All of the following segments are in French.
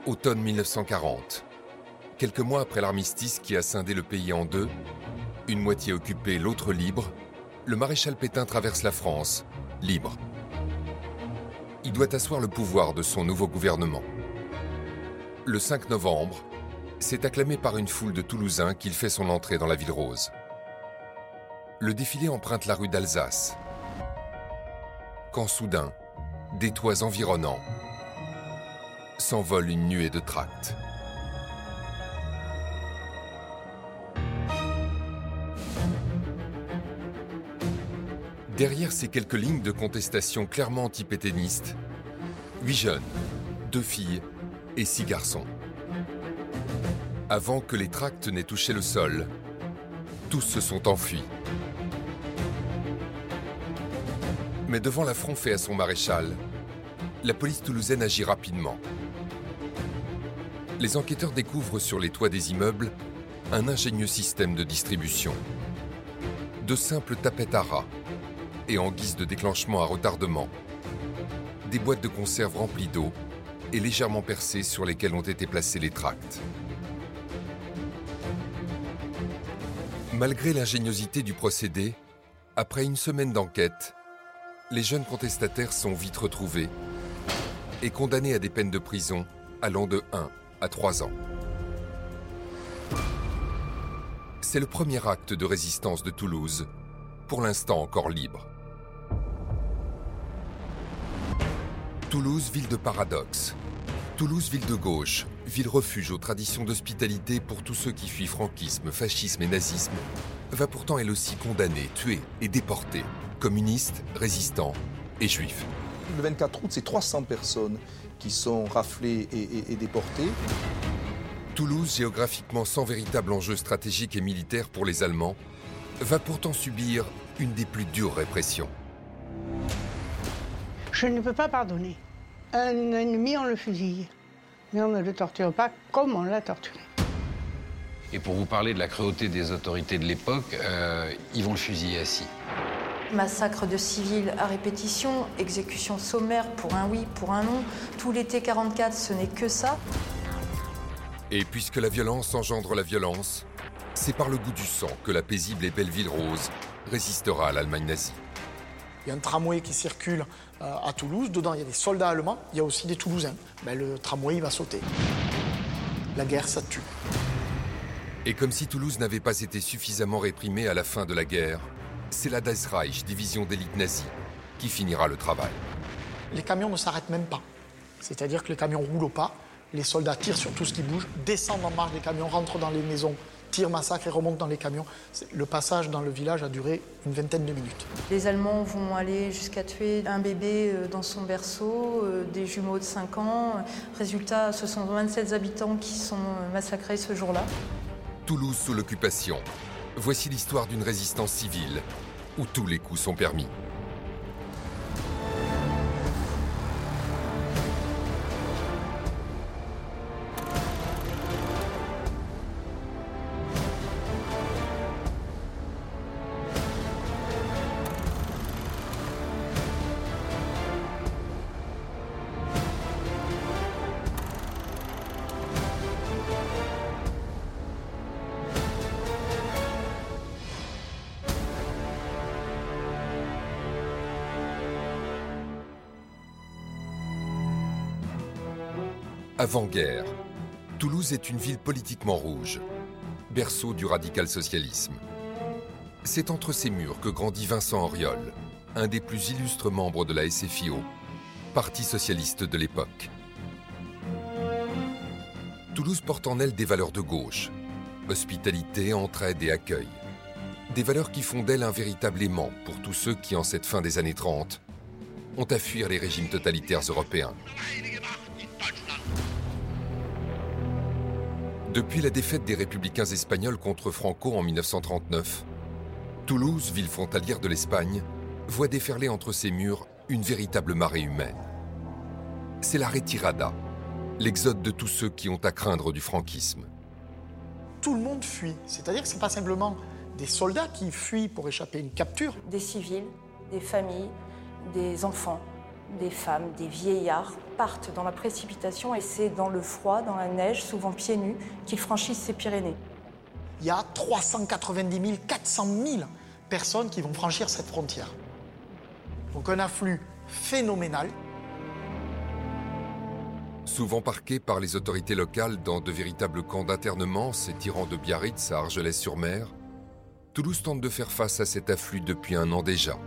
Automne 1940. Quelques mois après l'armistice qui a scindé le pays en deux, une moitié occupée, l'autre libre, le maréchal Pétain traverse la France, libre. Il doit asseoir le pouvoir de son nouveau gouvernement. Le 5 novembre, c'est acclamé par une foule de Toulousains qu'il fait son entrée dans la ville rose. Le défilé emprunte la rue d'Alsace. Quand soudain, des toits environnants, s'envole une nuée de tracts. Derrière ces quelques lignes de contestation clairement antipétainistes, 8 jeunes, 2 filles et 6 garçons. Avant que les tracts n'aient touché le sol, tous se sont enfuis. Mais devant l'affront fait à son maréchal, la police toulousaine agit rapidement. Les enquêteurs découvrent sur les toits des immeubles un ingénieux système de distribution. De simples tapettes à rats et en guise de déclenchement à retardement, des boîtes de conserve remplies d'eau et légèrement percées sur lesquelles ont été placés les tracts. Malgré l'ingéniosité du procédé, après une semaine d'enquête, les jeunes contestataires sont vite retrouvés et condamnés à des peines de prison allant de 1 à 3 ans. C'est le premier acte de résistance de Toulouse, pour l'instant encore libre. Toulouse, ville de paradoxe. Toulouse, ville de gauche, ville refuge aux traditions d'hospitalité pour tous ceux qui fuient franquisme, fascisme et nazisme, va pourtant elle aussi condamner, tuer et déporter communistes, résistants et juifs. Le 24 août, c'est 300 personnes qui sont raflées et déportées. Toulouse, géographiquement sans véritable enjeu stratégique et militaire pour les Allemands, va pourtant subir une des plus dures répressions. Je ne peux pas pardonner. Un ennemi, on le fusille. Mais on ne le torture pas comme on l'a torturé. Et pour vous parler de la cruauté des autorités de l'époque, ils vont le fusiller assis. Massacre de civils à répétition, exécution sommaire pour un oui, pour un non. Tout l'été 44, ce n'est que ça. Et puisque la violence engendre la violence, c'est par le goût du sang que la paisible et belle ville rose résistera à l'Allemagne nazie. Il y a un tramway qui circule à Toulouse. Dedans, il y a des soldats allemands. Il y a aussi des Toulousains. Le tramway, il va sauter. La guerre, ça tue. Et comme si Toulouse n'avait pas été suffisamment réprimée à la fin de la guerre, c'est la Das Reich, division d'élite nazie, qui finira le travail. Les camions ne s'arrêtent même pas. C'est-à-dire que les camions roulent au pas, les soldats tirent sur tout ce qui bouge, descendent en marche des camions, rentrent dans les maisons, tirent, massacrent et remontent dans les camions. Le passage dans le village a duré une vingtaine de minutes. Les Allemands vont aller jusqu'à tuer un bébé dans son berceau, des jumeaux de 5 ans. Résultat, ce sont 27 habitants qui sont massacrés ce jour-là. Toulouse sous l'occupation. Voici l'histoire d'une résistance civile où tous les coups sont permis. Avant-guerre, Toulouse est une ville politiquement rouge, berceau du radical-socialisme. C'est entre ses murs que grandit Vincent Auriol, un des plus illustres membres de la SFIO, parti socialiste de l'époque. Toulouse porte en elle des valeurs de gauche, hospitalité, entraide et accueil. Des valeurs qui font d'elle un véritable aimant pour tous ceux qui, en cette fin des années 30, ont à fuir les régimes totalitaires européens. Depuis la défaite des républicains espagnols contre Franco en 1939, Toulouse, ville frontalière de l'Espagne, voit déferler entre ses murs une véritable marée humaine. C'est la retirada, l'exode de tous ceux qui ont à craindre du franquisme. Tout le monde fuit, c'est-à-dire que ce n'est pas simplement des soldats qui fuient pour échapper à une capture. Des civils, des familles, des enfants, des femmes, des vieillards partent dans la précipitation et c'est dans le froid, dans la neige, souvent pieds nus, qu'ils franchissent ces Pyrénées. Il y a 390 000, 400 000 personnes qui vont franchir cette frontière. Donc un afflux phénoménal. Souvent parqués par les autorités locales dans de véritables camps d'internement s'étirant de Biarritz à Argelès-sur-Mer, Toulouse tente de faire face à cet afflux depuis 1 an déjà.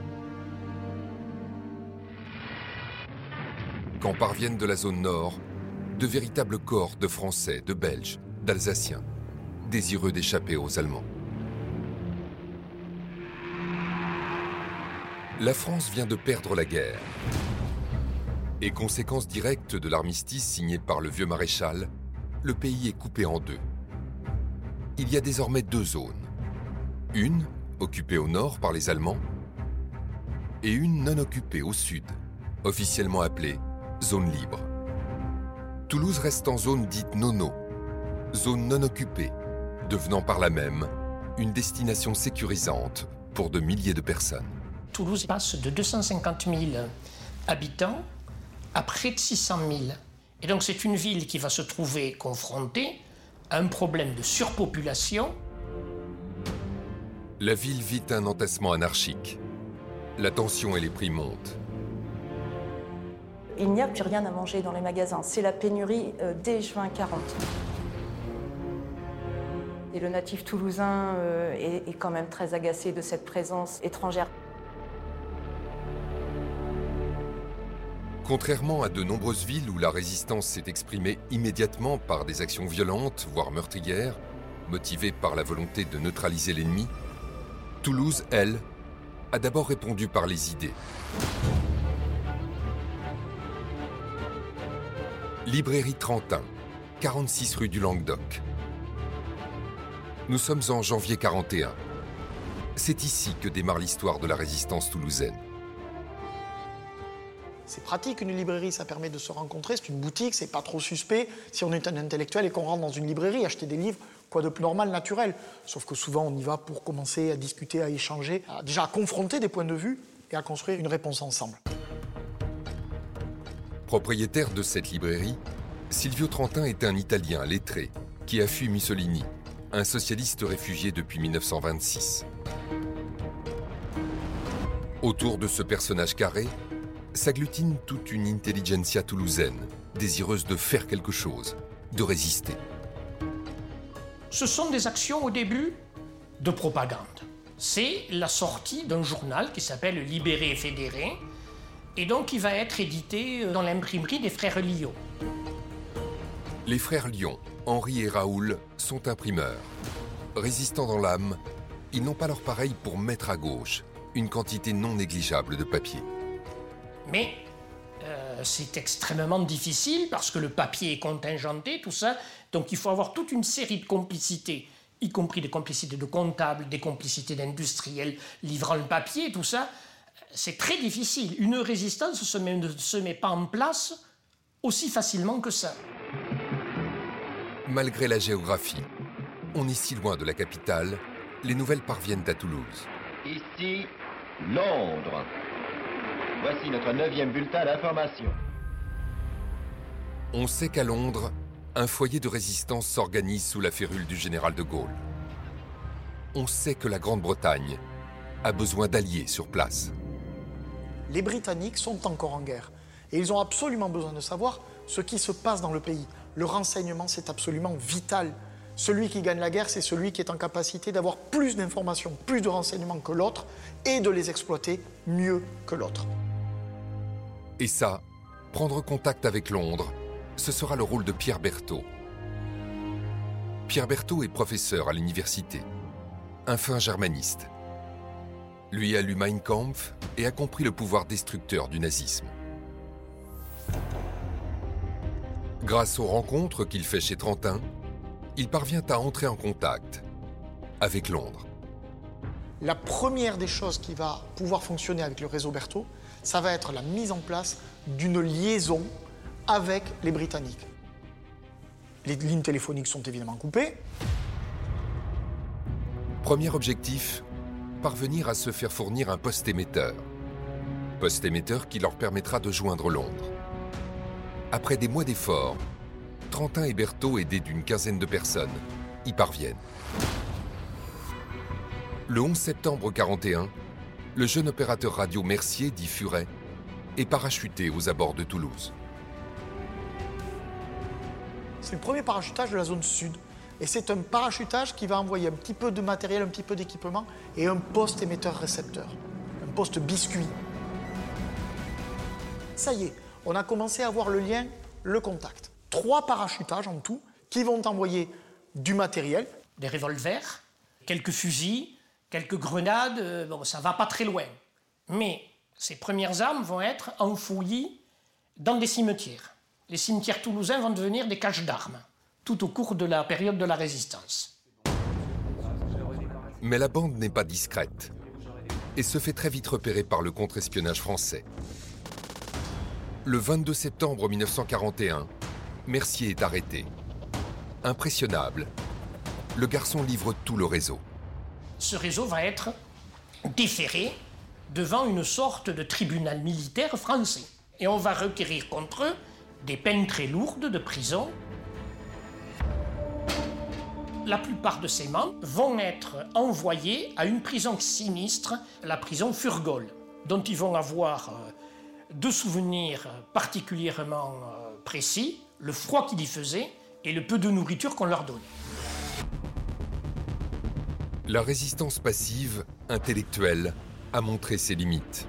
Quand parviennent de la zone nord, de véritables cohortes de Français, de Belges, d'Alsaciens, désireux d'échapper aux Allemands. La France vient de perdre la guerre. Et conséquence directe de l'armistice signé par le vieux maréchal, le pays est coupé en 2. Il y a désormais 2 zones. Une, occupée au nord par les Allemands, et une non occupée au sud, officiellement appelée zone libre. Toulouse reste en zone dite nono, zone non occupée, devenant par là même une destination sécurisante pour de milliers de personnes. Toulouse passe de 250 000 habitants à près de 600 000. Et donc c'est une ville qui va se trouver confrontée à un problème de surpopulation. La ville vit un entassement anarchique. La tension et les prix montent. Il n'y a plus rien à manger dans les magasins. C'est la pénurie dès juin 40. Et le natif toulousain est quand même très agacé de cette présence étrangère. Contrairement à de nombreuses villes où la résistance s'est exprimée immédiatement par des actions violentes, voire meurtrières, motivées par la volonté de neutraliser l'ennemi, Toulouse, elle, a d'abord répondu par les idées. Librairie Trentin, 46 rue du Languedoc. Nous sommes en janvier 41. C'est ici que démarre l'histoire de la résistance toulousaine. C'est pratique, une librairie, ça permet de se rencontrer, c'est une boutique, c'est pas trop suspect. Si on est un intellectuel et qu'on rentre dans une librairie, acheter des livres, quoi de plus normal, naturel. Sauf que souvent, on y va pour commencer à discuter, à échanger, déjà à confronter des points de vue et à construire une réponse ensemble. Propriétaire de cette librairie, Silvio Trentin est un Italien lettré qui a fui Mussolini, un socialiste réfugié depuis 1926. Autour de ce personnage carré, s'agglutine toute une intelligentsia toulousaine, désireuse de faire quelque chose, de résister. Ce sont des actions au début de propagande. C'est la sortie d'un journal qui s'appelle Libéré et Fédéré, et donc il va être édité dans l'imprimerie des frères Lyon. Les frères Lyon, Henri et Raoul, sont imprimeurs. Résistants dans l'âme, ils n'ont pas leur pareil pour mettre à gauche une quantité non négligeable de papier. Mais c'est extrêmement difficile parce que le papier est contingenté, tout ça. Donc il faut avoir toute une série de complicités, y compris des complicités de comptables, des complicités d'industriels livrant le papier, tout ça. C'est très difficile. Une résistance ne se met pas en place aussi facilement que ça. Malgré la géographie, on est si loin de la capitale, les nouvelles parviennent à Toulouse. Ici, Londres. Voici notre 9e bulletin d'information. On sait qu'à Londres, un foyer de résistance s'organise sous la férule du général de Gaulle. On sait que la Grande-Bretagne a besoin d'alliés sur place. Les Britanniques sont encore en guerre. Et ils ont absolument besoin de savoir ce qui se passe dans le pays. Le renseignement, c'est absolument vital. Celui qui gagne la guerre, c'est celui qui est en capacité d'avoir plus d'informations, plus de renseignements que l'autre et de les exploiter mieux que l'autre. Et ça, prendre contact avec Londres, ce sera le rôle de Pierre Berthaud. Pierre Berthaud est professeur à l'université, un fin germaniste. Lui a lu Mein Kampf et a compris le pouvoir destructeur du nazisme. Grâce aux rencontres qu'il fait chez Trentin, il parvient à entrer en contact avec Londres. La première des choses qui va pouvoir fonctionner avec le réseau Berthaud, ça va être la mise en place d'une liaison avec les Britanniques. Les lignes téléphoniques sont évidemment coupées. Premier objectif, parvenir à se faire fournir un poste émetteur. poste émetteur qui leur permettra de joindre Londres. Après des mois d'efforts, Trentin et Berthaud, aidés d'une quinzaine de personnes, y parviennent. Le 11 septembre 1941, le jeune opérateur radio Mercier, dit Furet, est parachuté aux abords de Toulouse. C'est le premier parachutage de la zone sud. Et c'est un parachutage qui va envoyer un petit peu de matériel, un petit peu d'équipement et un poste émetteur-récepteur, un poste biscuit. Ça y est, on a commencé à voir le lien, le contact. 3 parachutages en tout qui vont envoyer du matériel. Des revolvers, quelques fusils, quelques grenades, bon, ça va pas très loin. Mais ces premières armes vont être enfouies dans des cimetières. Les cimetières toulousains vont devenir des caches d'armes, tout au cours de la période de la Résistance. Mais la bande n'est pas discrète et se fait très vite repérer par le contre-espionnage français. Le 22 septembre 1941, Mercier est arrêté. Impressionnable, le garçon livre tout le réseau. Ce réseau va être déféré devant une sorte de tribunal militaire français. Et on va requérir contre eux des peines très lourdes de prison. La plupart de ces membres vont être envoyés à une prison sinistre, la prison Furgol, dont ils vont avoir deux souvenirs particulièrement précis, le froid qu'il y faisait et le peu de nourriture qu'on leur donnait. La résistance passive, intellectuelle, a montré ses limites.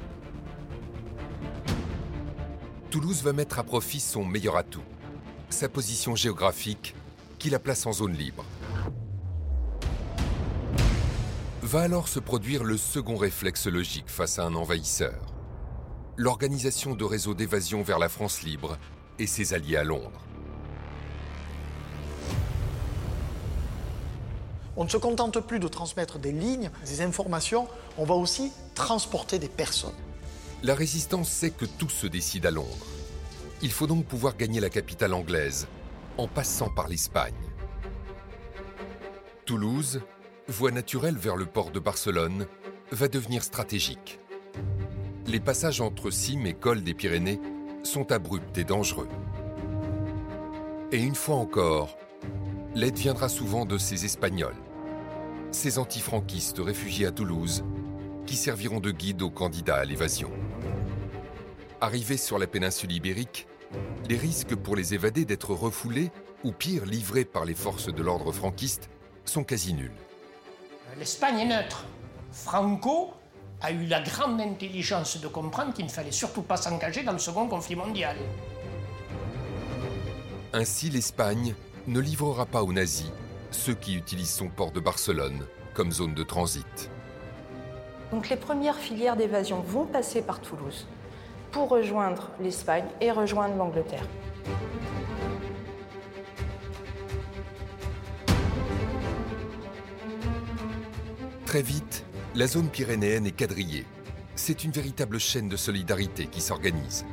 Toulouse va mettre à profit son meilleur atout, sa position géographique qui la place en zone libre. Va alors se produire le second réflexe logique face à un envahisseur, l'organisation de réseaux d'évasion vers la France libre et ses alliés à Londres. On ne se contente plus de transmettre des lignes, des informations, on va aussi transporter des personnes. La résistance sait que tout se décide à Londres. Il faut donc pouvoir gagner la capitale anglaise en passant par l'Espagne. Toulouse, voie naturelle vers le port de Barcelone, va devenir stratégique. Les passages entre cimes et cols des Pyrénées sont abrupts et dangereux. Et une fois encore, l'aide viendra souvent de ces Espagnols, ces antifranquistes réfugiés à Toulouse, qui serviront de guide aux candidats à l'évasion. Arrivés sur la péninsule ibérique, les risques pour les évadés d'être refoulés ou pire livrés par les forces de l'ordre franquiste sont quasi nuls. L'Espagne est neutre. Franco a eu la grande intelligence de comprendre qu'il ne fallait surtout pas s'engager dans le second conflit mondial. Ainsi, l'Espagne ne livrera pas aux nazis ceux qui utilisent son port de Barcelone comme zone de transit. Donc les premières filières d'évasion vont passer par Toulouse pour rejoindre l'Espagne et rejoindre l'Angleterre. Très vite, la zone pyrénéenne est quadrillée. C'est une véritable chaîne de solidarité qui s'organise.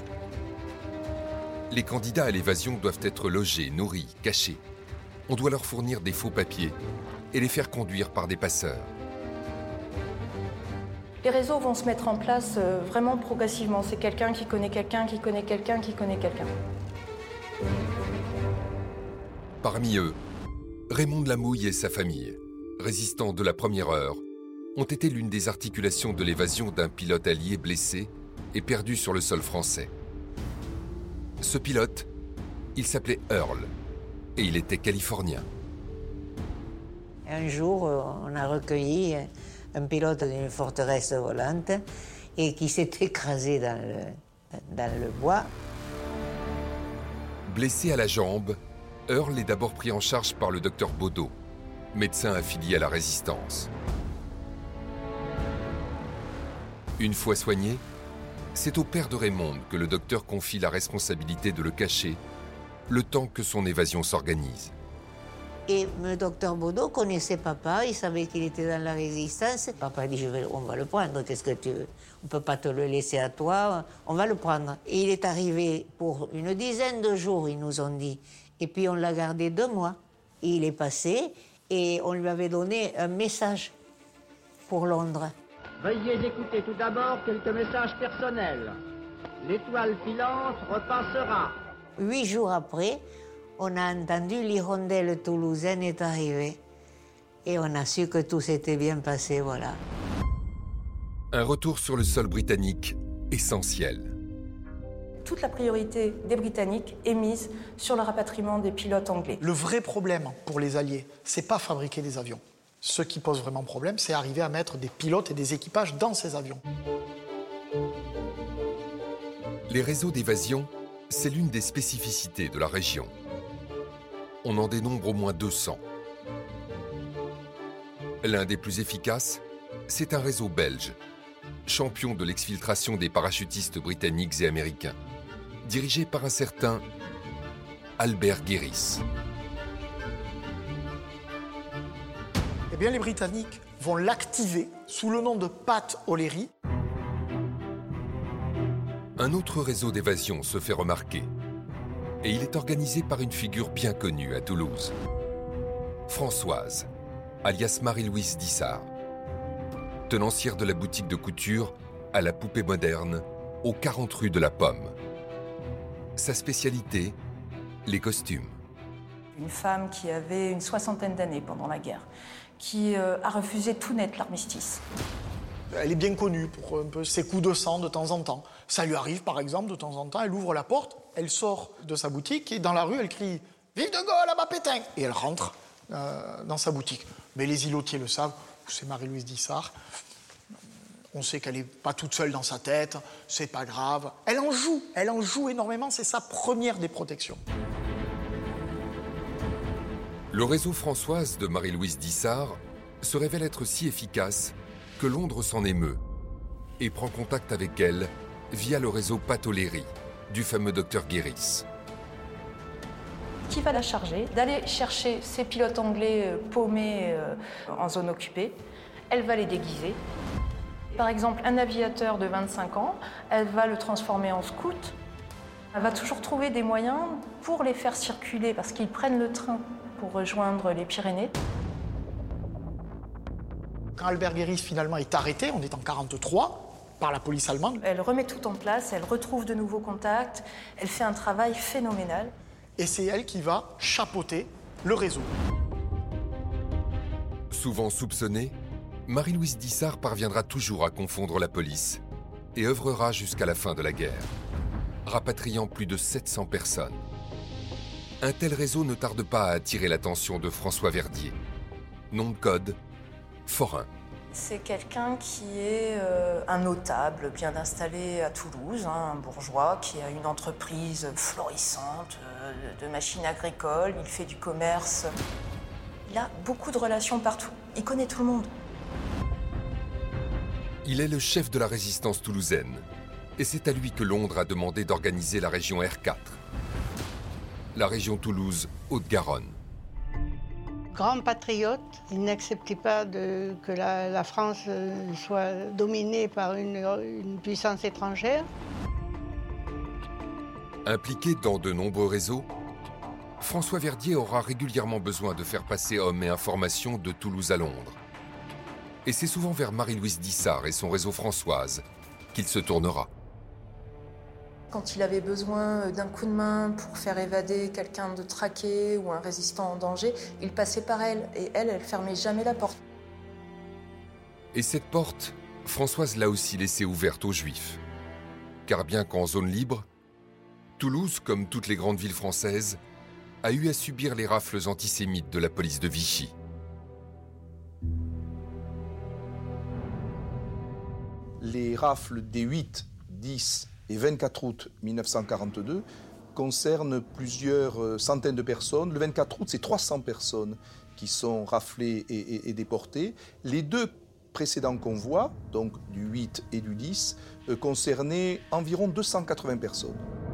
Les candidats à l'évasion doivent être logés, nourris, cachés. On doit leur fournir des faux papiers et les faire conduire par des passeurs. Les réseaux vont se mettre en place vraiment progressivement. C'est quelqu'un qui connaît quelqu'un, qui connaît quelqu'un, qui connaît quelqu'un. Parmi eux, Raymond de la Mouille et sa famille, résistants de la première heure, ont été l'une des articulations de l'évasion d'un pilote allié blessé et perdu sur le sol français. Ce pilote, il s'appelait Earl et il était californien. Un jour, on a recueilli un pilote d'une forteresse volante et qui s'est écrasé dans le bois. Blessé à la jambe, Earl est d'abord pris en charge par le docteur Baudot, médecin affilié à la résistance. Une fois soigné, c'est au père de Raymond que le docteur confie la responsabilité de le cacher, le temps que son évasion s'organise. Et le docteur Baudot connaissait papa, il savait qu'il était dans la résistance. Papa dit, on va le prendre, qu'est-ce que tu veux? On ne peut pas te le laisser à toi, on va le prendre. Et il est arrivé pour une dizaine de jours, ils nous ont dit. Et puis on l'a gardé 2 mois. Et il est passé et on lui avait donné un message pour Londres. Veuillez écouter tout d'abord quelques messages personnels. L'étoile filante repassera. 8 jours après, on a entendu l'hirondelle toulousaine est arrivée. Et on a su que tout s'était bien passé, voilà. Un retour sur le sol britannique essentiel. Toute la priorité des Britanniques est mise sur le rapatriement des pilotes anglais. Le vrai problème pour les Alliés, c'est pas fabriquer des avions. Ce qui pose vraiment problème, c'est arriver à mettre des pilotes et des équipages dans ces avions. Les réseaux d'évasion, c'est l'une des spécificités de la région. On en dénombre au moins 200. L'un des plus efficaces, c'est un réseau belge, champion de l'exfiltration des parachutistes britanniques et américains, dirigé par un certain Albert Guéris. Eh bien, les Britanniques vont l'activer sous le nom de Pat O'Leary. Un autre réseau d'évasion se fait remarquer, et il est organisé par une figure bien connue à Toulouse. Françoise, alias Marie-Louise Dissart, tenancière de la boutique de couture à la poupée moderne, aux 40 rue de la Pomme. Sa spécialité, les costumes. Une femme qui avait une 60aine d'années pendant la guerre, qui a refusé tout net l'armistice. Elle est bien connue pour un peu ses coups de sang de temps en temps. Ça lui arrive, par exemple, de temps en temps, elle ouvre la porte, elle sort de sa boutique et dans la rue, elle crie « Vive de Gaulle, à bas Pétain !» Et elle rentre dans sa boutique. Mais les îlotiers le savent, c'est Marie-Louise Dissart. On sait qu'elle n'est pas toute seule dans sa tête, c'est pas grave. Elle en joue énormément, c'est sa première des protections. Le réseau Françoise de Marie-Louise Dissart se révèle être si efficace que Londres s'en émeut et prend contact avec elle via le réseau Pat O'Leary du fameux docteur Guéris. Qui va la charger d'aller chercher ces pilotes anglais paumés en zone occupée. Elle va les déguiser. Par exemple, un aviateur de 25 ans, elle va le transformer en scout. Elle va toujours trouver des moyens pour les faire circuler parce qu'ils prennent le train pour rejoindre les Pyrénées. Quand Albert Guéris finalement est arrêté, on est en 1943, par la police allemande. Elle remet tout en place, elle retrouve de nouveaux contacts, elle fait un travail phénoménal. Et c'est elle qui va chapeauter le réseau. Souvent soupçonnée, Marie-Louise Dissart parviendra toujours à confondre la police et œuvrera jusqu'à la fin de la guerre, rapatriant plus de 700 personnes. Un tel réseau ne tarde pas à attirer l'attention de François Verdier. Nom de code, Forain. C'est quelqu'un qui est un notable bien installé à Toulouse, un bourgeois qui a une entreprise florissante de machines agricoles, il fait du commerce. Il a beaucoup de relations partout, il connaît tout le monde. Il est le chef de la résistance toulousaine et c'est à lui que Londres a demandé d'organiser la région R4, la région Toulouse-Haute-Garonne. Grand patriote, il n'acceptait pas que la France soit dominée par une puissance étrangère. Impliqué dans de nombreux réseaux, François Verdier aura régulièrement besoin de faire passer hommes et informations de Toulouse à Londres. Et c'est souvent vers Marie-Louise Dissart et son réseau Françoise qu'il se tournera. Quand il avait besoin d'un coup de main pour faire évader quelqu'un de traqué ou un résistant en danger, il passait par elle et elle fermait jamais la porte. Et cette porte, Françoise l'a aussi laissée ouverte aux Juifs. Car bien qu'en zone libre, Toulouse, comme toutes les grandes villes françaises, a eu à subir les rafles antisémites de la police de Vichy. Les rafles des 8, 10 et 24 août 1942 concernent plusieurs centaines de personnes. Le 24 août, c'est 300 personnes qui sont raflées et déportées. Les deux précédents convois, donc du 8 et du 10, concernaient environ 280 personnes.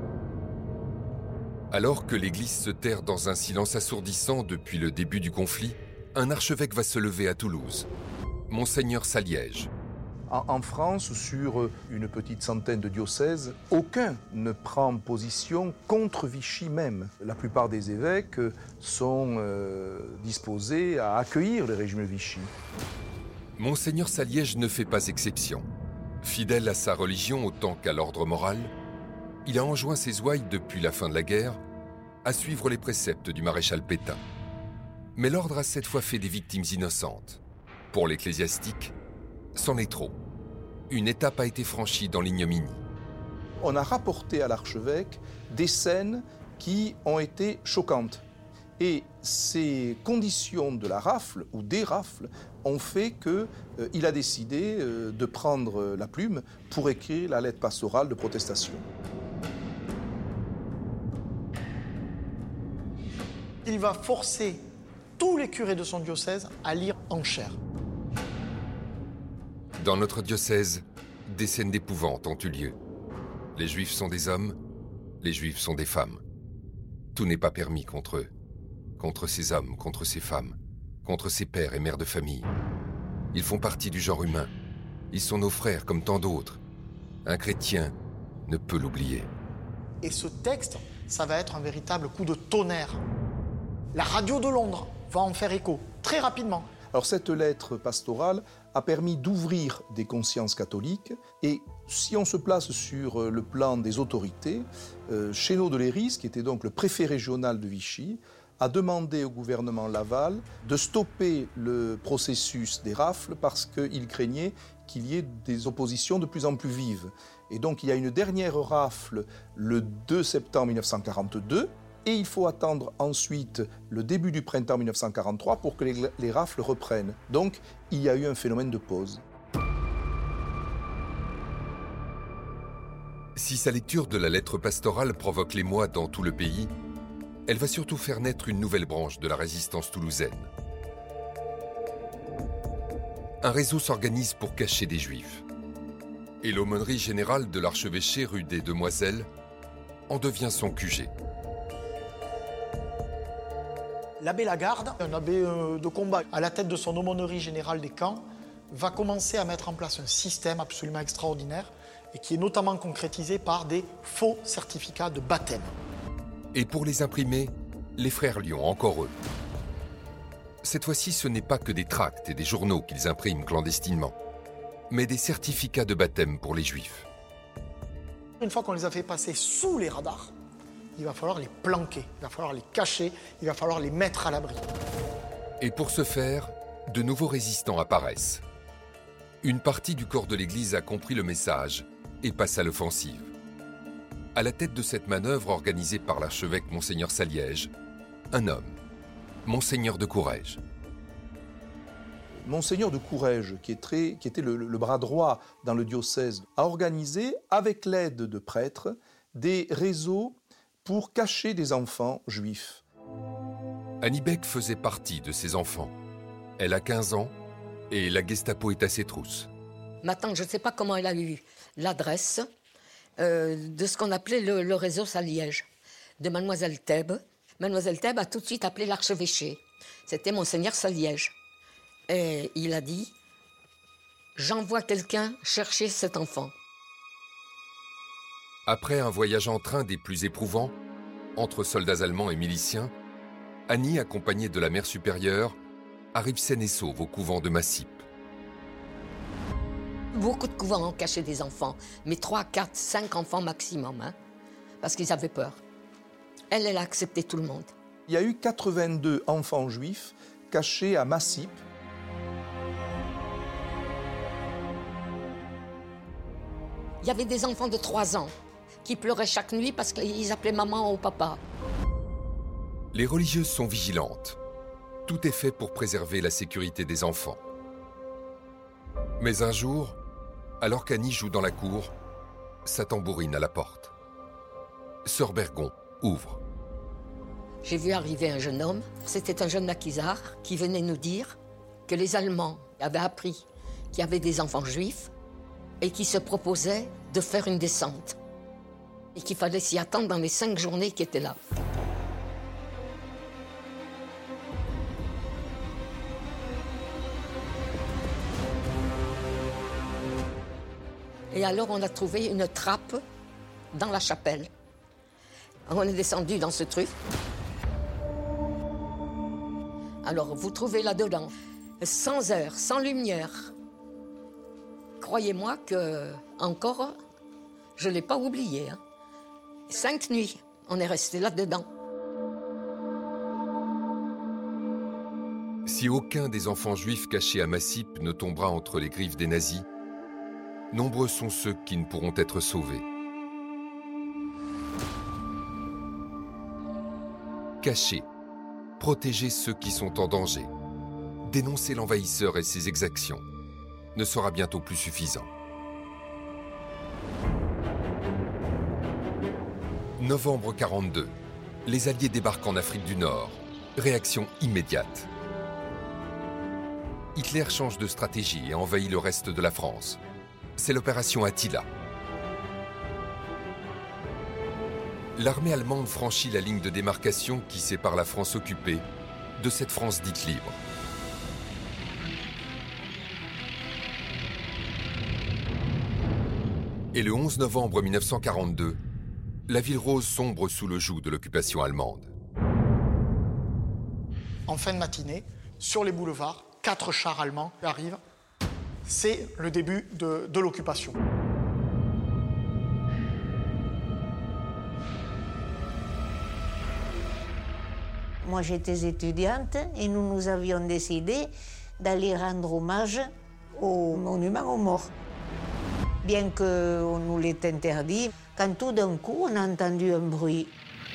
Alors que l'Église se terre dans un silence assourdissant depuis le début du conflit, un archevêque va se lever à Toulouse, Monseigneur Saliège. En France, sur une petite centaine de diocèses, aucun ne prend position contre Vichy même. La plupart des évêques sont disposés à accueillir le régime de Vichy. Monseigneur Saliège ne fait pas exception. Fidèle à sa religion autant qu'à l'ordre moral, il a enjoint ses ouailles depuis la fin de la guerre à suivre les préceptes du maréchal Pétain. Mais l'ordre a cette fois fait des victimes innocentes. Pour l'ecclésiastique, c'en est trop. Une étape a été franchie dans l'ignominie. On a rapporté à l'archevêque des scènes qui ont été choquantes. Et ces conditions de la rafle ou des rafles ont fait qu'il a décidé de prendre la plume pour écrire la lettre pastorale de protestation. Il va forcer tous les curés de son diocèse à lire en chair. Dans notre diocèse, des scènes d'épouvante ont eu lieu. Les Juifs sont des hommes, les Juifs sont des femmes. Tout n'est pas permis contre eux. Contre ces hommes, contre ces femmes, contre ces pères et mères de famille. Ils font partie du genre humain. Ils sont nos frères comme tant d'autres. Un chrétien ne peut l'oublier. Et ce texte, ça va être un véritable coup de tonnerre. La radio de Londres va en faire écho, très rapidement. Alors cette lettre pastorale a permis d'ouvrir des consciences catholiques et si on se place sur le plan des autorités, Chénaud de Léris, qui était donc le préfet régional de Vichy, a demandé au gouvernement Laval de stopper le processus des rafles parce qu'il craignait qu'il y ait des oppositions de plus en plus vives. Et donc il y a une dernière rafle le 2 septembre 1942 et il faut attendre ensuite le début du printemps 1943 pour que les rafles reprennent. Donc il y a eu un phénomène de pause. Si sa lecture de la lettre pastorale provoque l'émoi dans tout le pays, elle va surtout faire naître une nouvelle branche de la résistance toulousaine. Un réseau s'organise pour cacher des Juifs. Et l'aumônerie générale de l'archevêché rue des Demoiselles en devient son QG. L'abbé Lagarde, un abbé de combat à la tête de son aumônerie générale des camps, va commencer à mettre en place un système absolument extraordinaire et qui est notamment concrétisé par des faux certificats de baptême. Et pour les imprimer, les frères Lyon, encore eux. Cette fois-ci, ce n'est pas que des tracts et des journaux qu'ils impriment clandestinement, mais des certificats de baptême pour les Juifs. Une fois qu'on les a fait passer sous les radars, il va falloir les planquer, il va falloir les cacher, il va falloir les mettre à l'abri. Et pour ce faire, de nouveaux résistants apparaissent. Une partie du corps de l'Église a compris le message et passe à l'offensive. À la tête de cette manœuvre organisée par l'archevêque Monseigneur Saliège, un homme, Monseigneur de Courrèges. Monseigneur de Courrèges, qui était le bras droit dans le diocèse, a organisé, avec l'aide de prêtres, des réseaux pour cacher des enfants juifs. Annie Beck faisait partie de ces enfants. Elle a 15 ans et la Gestapo est à ses trousses. Ma tante, je ne sais pas comment elle a eu l'adresse de ce qu'on appelait le réseau Saliège, de Mademoiselle Thèbes. Mademoiselle Thèbes a tout de suite appelé l'archevêché. C'était Monseigneur Saliège. Et il a dit « J'envoie quelqu'un chercher cet enfant ». Après un voyage en train des plus éprouvants, entre soldats allemands et miliciens, Annie, accompagnée de la mère supérieure, arrive saine et sauve au couvent de Massip. Beaucoup de couvents ont caché des enfants, mais 3, 4, 5 enfants maximum, parce qu'ils avaient peur. Elle a accepté tout le monde. Il y a eu 82 enfants juifs cachés à Massip. Il y avait des enfants de 3 ans qui pleuraient chaque nuit parce qu'ils appelaient maman ou papa. Les religieuses sont vigilantes. Tout est fait pour préserver la sécurité des enfants. Mais un jour, alors qu'Annie joue dans la cour, sa tambourine à la porte. Sœur Bergon ouvre. J'ai vu arriver un jeune homme. C'était un jeune maquisard qui venait nous dire que les Allemands avaient appris qu'il y avait des enfants juifs et qui se proposait de faire une descente. Et qu'il fallait s'y attendre dans les 5 journées qui étaient là. Et alors on a trouvé une trappe dans la chapelle. On est descendu dans ce truc. Alors vous trouvez là-dedans sans heure, sans lumière. Croyez-moi que, encore, je ne l'ai pas oublié. 5 nuits, on est resté là-dedans. Si aucun des enfants juifs cachés à Massip ne tombera entre les griffes des nazis, nombreux sont ceux qui ne pourront être sauvés. Cacher, protéger ceux qui sont en danger, dénoncer l'envahisseur et ses exactions ne sera bientôt plus suffisant. Novembre 42, les Alliés débarquent en Afrique du Nord. Réaction immédiate. Hitler change de stratégie et envahit le reste de la France. C'est l'opération Attila. L'armée allemande franchit la ligne de démarcation qui sépare la France occupée de cette France dite libre. Et le 11 novembre 1942, la ville rose sombre sous le joug de l'occupation allemande. En fin de matinée, sur les boulevards, 4 chars allemands arrivent. C'est le début de l'occupation. Moi, j'étais étudiante et nous avions décidé d'aller rendre hommage au monument aux morts. Bien qu'on nous l'ait interdit, quand tout d'un coup, on a entendu un bruit.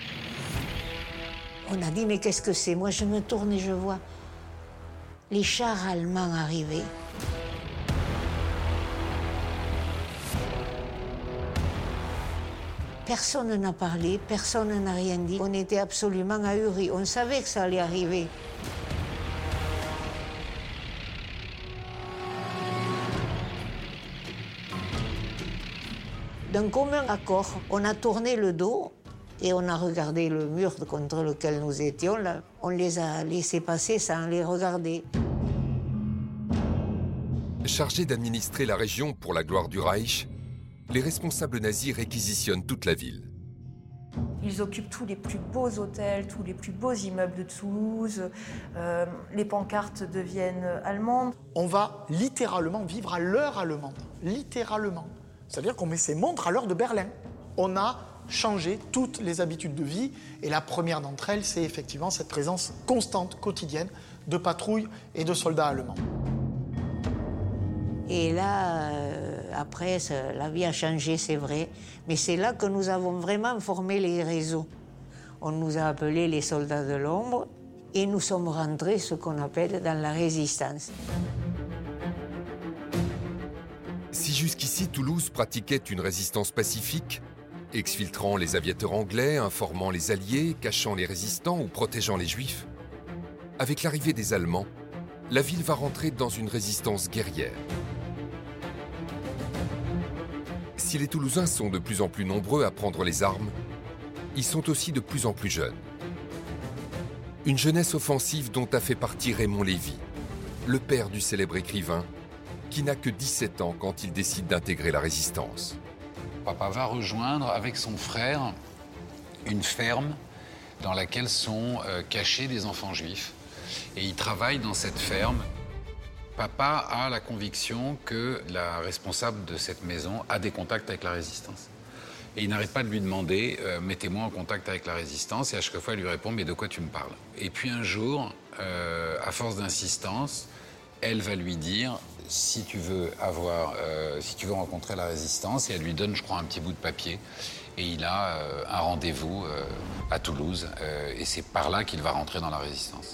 On a dit, mais qu'est-ce que c'est? Moi, je me tourne et je vois les chars allemands arriver. Personne n'a parlé, personne n'a rien dit. On était absolument ahuris. On savait que ça allait arriver. D'un commun accord, on a tourné le dos et on a regardé le mur contre lequel nous étions. Là. On les a laissés passer sans les regarder. Chargés d'administrer la région pour la gloire du Reich, les responsables nazis réquisitionnent toute la ville. Ils occupent tous les plus beaux hôtels, tous les plus beaux immeubles de Toulouse. Les pancartes deviennent allemandes. On va littéralement vivre à l'heure allemande. Littéralement. C'est-à-dire qu'on met ses montres à l'heure de Berlin. On a changé toutes les habitudes de vie. Et la première d'entre elles, c'est effectivement cette présence constante, quotidienne, de patrouilles et de soldats allemands. Et là, après, la vie a changé, c'est vrai. Mais c'est là que nous avons vraiment formé les réseaux. On nous a appelés les soldats de l'ombre et nous sommes rentrés, ce qu'on appelle, dans la résistance. Si jusqu'ici Toulouse pratiquait une résistance pacifique, exfiltrant les aviateurs anglais, informant les Alliés, cachant les résistants ou protégeant les Juifs, avec l'arrivée des Allemands, la ville va rentrer dans une résistance guerrière. Si les Toulousains sont de plus en plus nombreux à prendre les armes, ils sont aussi de plus en plus jeunes. Une jeunesse offensive dont a fait partie Raymond Lévy, le père du célèbre écrivain, qui n'a que 17 ans quand il décide d'intégrer la résistance. Papa va rejoindre avec son frère une ferme dans laquelle sont cachés des enfants juifs. Et il travaille dans cette ferme. Papa a la conviction que la responsable de cette maison a des contacts avec la résistance. Et il n'arrête pas de lui demander « mettez-moi en contact avec la résistance » et à chaque fois il lui répond « mais de quoi tu me parles ?» Et puis un jour, à force d'insistance, elle va lui dire « si tu veux rencontrer la résistance » et elle lui donne, je crois, un petit bout de papier. Et il a un rendez-vous à Toulouse et c'est par là qu'il va rentrer dans la résistance.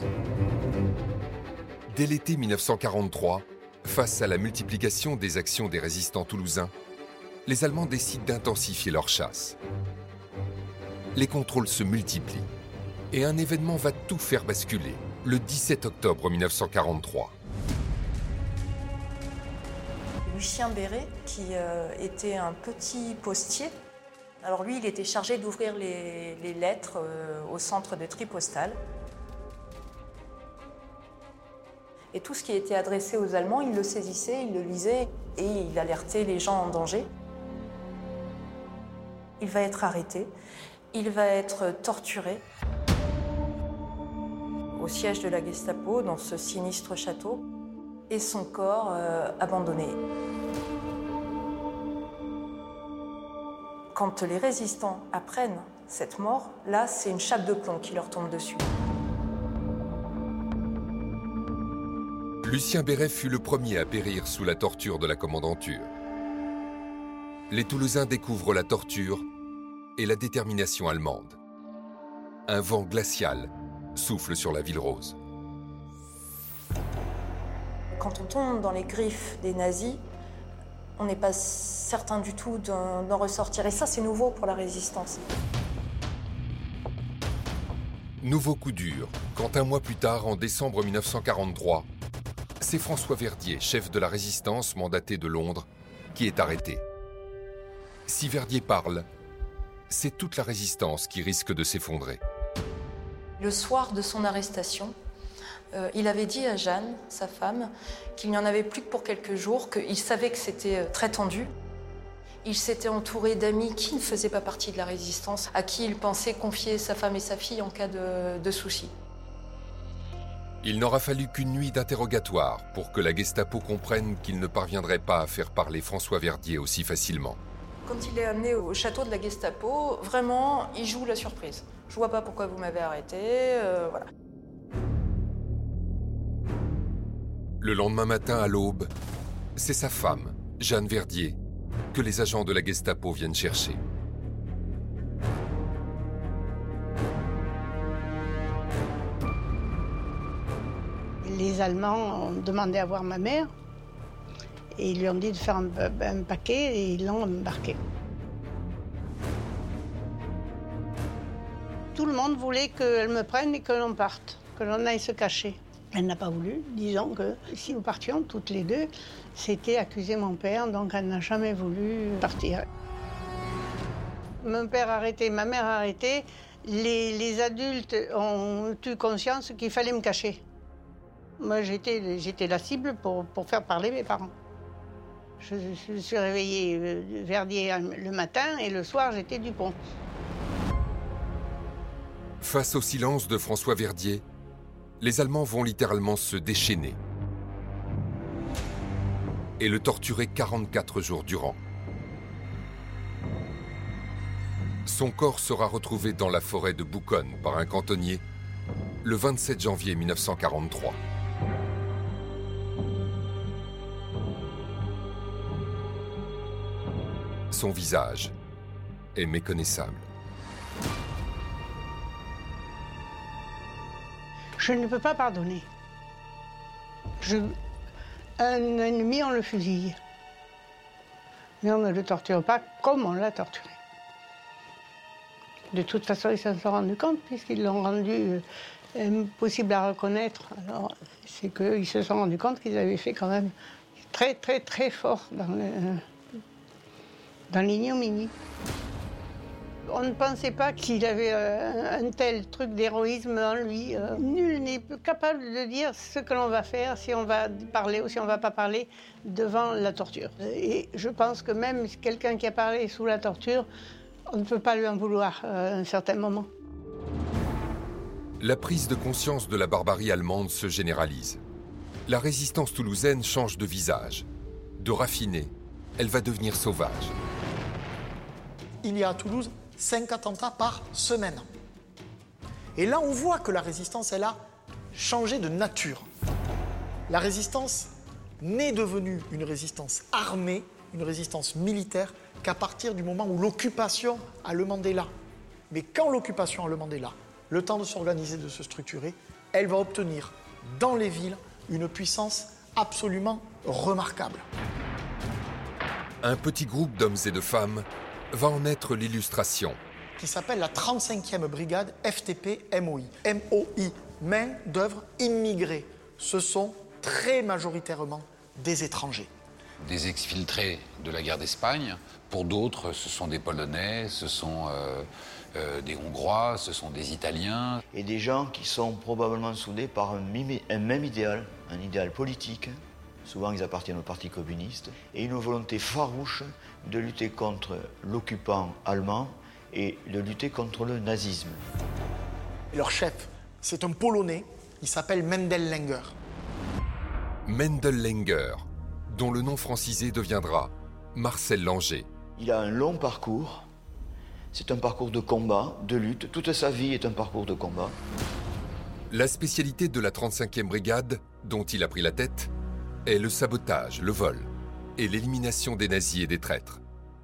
Dès l'été 1943, face à la multiplication des actions des résistants toulousains, les Allemands décident d'intensifier leur chasse. Les contrôles se multiplient et un événement va tout faire basculer, le 17 octobre 1943. Lucien Béret, qui était un petit postier, alors lui, il était chargé d'ouvrir les lettres au centre de tri postal. Et tout ce qui était adressé aux Allemands, il le saisissait, il le lisait et il alertait les gens en danger. Il va être arrêté, il va être torturé au siège de la Gestapo, dans ce sinistre château. et son corps abandonné. Quand les résistants apprennent cette mort, là, c'est une chape de plomb qui leur tombe dessus. Lucien Béret fut le premier à périr sous la torture de la commandanture. Les Toulousains découvrent la torture et la détermination allemande. Un vent glacial souffle sur la ville rose. Quand on tombe dans les griffes des nazis, on n'est pas certain du tout d'en ressortir. Et ça, c'est nouveau pour la résistance. Nouveau coup dur, quand un mois plus tard, en décembre 1943, c'est François Verdier, chef de la résistance mandaté de Londres, qui est arrêté. Si Verdier parle, c'est toute la résistance qui risque de s'effondrer. Le soir de son arrestation, il avait dit à Jeanne, sa femme, qu'il n'y en avait plus que pour quelques jours, qu'il savait que c'était très tendu. Il s'était entouré d'amis qui ne faisaient pas partie de la résistance, à qui il pensait confier sa femme et sa fille en cas de soucis. Il n'aura fallu qu'une nuit d'interrogatoire pour que la Gestapo comprenne qu'il ne parviendrait pas à faire parler François Verdier aussi facilement. Quand il est amené au château de la Gestapo, vraiment, il joue la surprise. Je vois pas pourquoi vous m'avez arrêté, voilà. Le lendemain matin à l'aube, c'est sa femme, Jeanne Verdier, que les agents de la Gestapo viennent chercher. Les Allemands ont demandé à voir ma mère et ils lui ont dit de faire un paquet et ils l'ont embarqué. Tout le monde voulait qu'elle me prenne et que l'on parte, que l'on aille se cacher. Elle n'a pas voulu, disons que si nous partions toutes les deux, c'était accuser mon père, donc elle n'a jamais voulu partir. Mon père arrêté, ma mère arrêtée, les adultes ont eu conscience qu'il fallait me cacher. Moi, j'étais la cible pour faire parler mes parents. Je suis réveillée Verdier le matin et le soir, j'étais Dupont. Face au silence de François Verdier, les Allemands vont littéralement se déchaîner et le torturer 44 jours durant. Son corps sera retrouvé dans la forêt de Bouconne par un cantonnier le 27 janvier 1943. Son visage est méconnaissable. Je ne peux pas pardonner. Un ennemi, on le fusille. Mais on ne le torture pas comme on l'a torturé. De toute façon, ils s'en sont rendus compte puisqu'ils l'ont rendu impossible à reconnaître. Alors, c'est qu'ils se sont rendus compte qu'ils avaient fait quand même très, très, très fort dans l'ignominie. On ne pensait pas qu'il avait un tel truc d'héroïsme en lui. Nul n'est capable de dire ce que l'on va faire, si on va parler ou si on ne va pas parler devant la torture. Et je pense que même quelqu'un qui a parlé sous la torture, on ne peut pas lui en vouloir à un certain moment. La prise de conscience de la barbarie allemande se généralise. La résistance toulousaine change de visage. De raffinée, elle va devenir sauvage. Il y a à Toulouse 5 attentats par semaine. Et là, on voit que la résistance, elle a changé de nature. La résistance n'est devenue une résistance armée, une résistance militaire, qu'à partir du moment où l'occupation allemande est là. Mais quand l'occupation allemande est là, le temps de s'organiser, de se structurer, elle va obtenir dans les villes une puissance absolument remarquable. Un petit groupe d'hommes et de femmes va en être l'illustration. Qui s'appelle la 35e brigade FTP-MOI. MOI, main d'œuvre immigrée. Ce sont très majoritairement des étrangers. Des exfiltrés de la guerre d'Espagne. Pour d'autres, ce sont des Polonais, ce sont des Hongrois, ce sont des Italiens. Et des gens qui sont probablement soudés par un même idéal, un idéal politique. Souvent, ils appartiennent au Parti communiste. Et une volonté farouche de lutter contre l'occupant allemand et de lutter contre le nazisme. Leur chef, c'est un Polonais, il s'appelle Mendel Lenger. Mendel Lenger, dont le nom francisé deviendra Marcel Langer. Il a un long parcours. C'est un parcours de combat, de lutte. Toute sa vie est un parcours de combat. La spécialité de la 35e brigade, dont il a pris la tête, est le sabotage, le vol et l'élimination des nazis et des traîtres.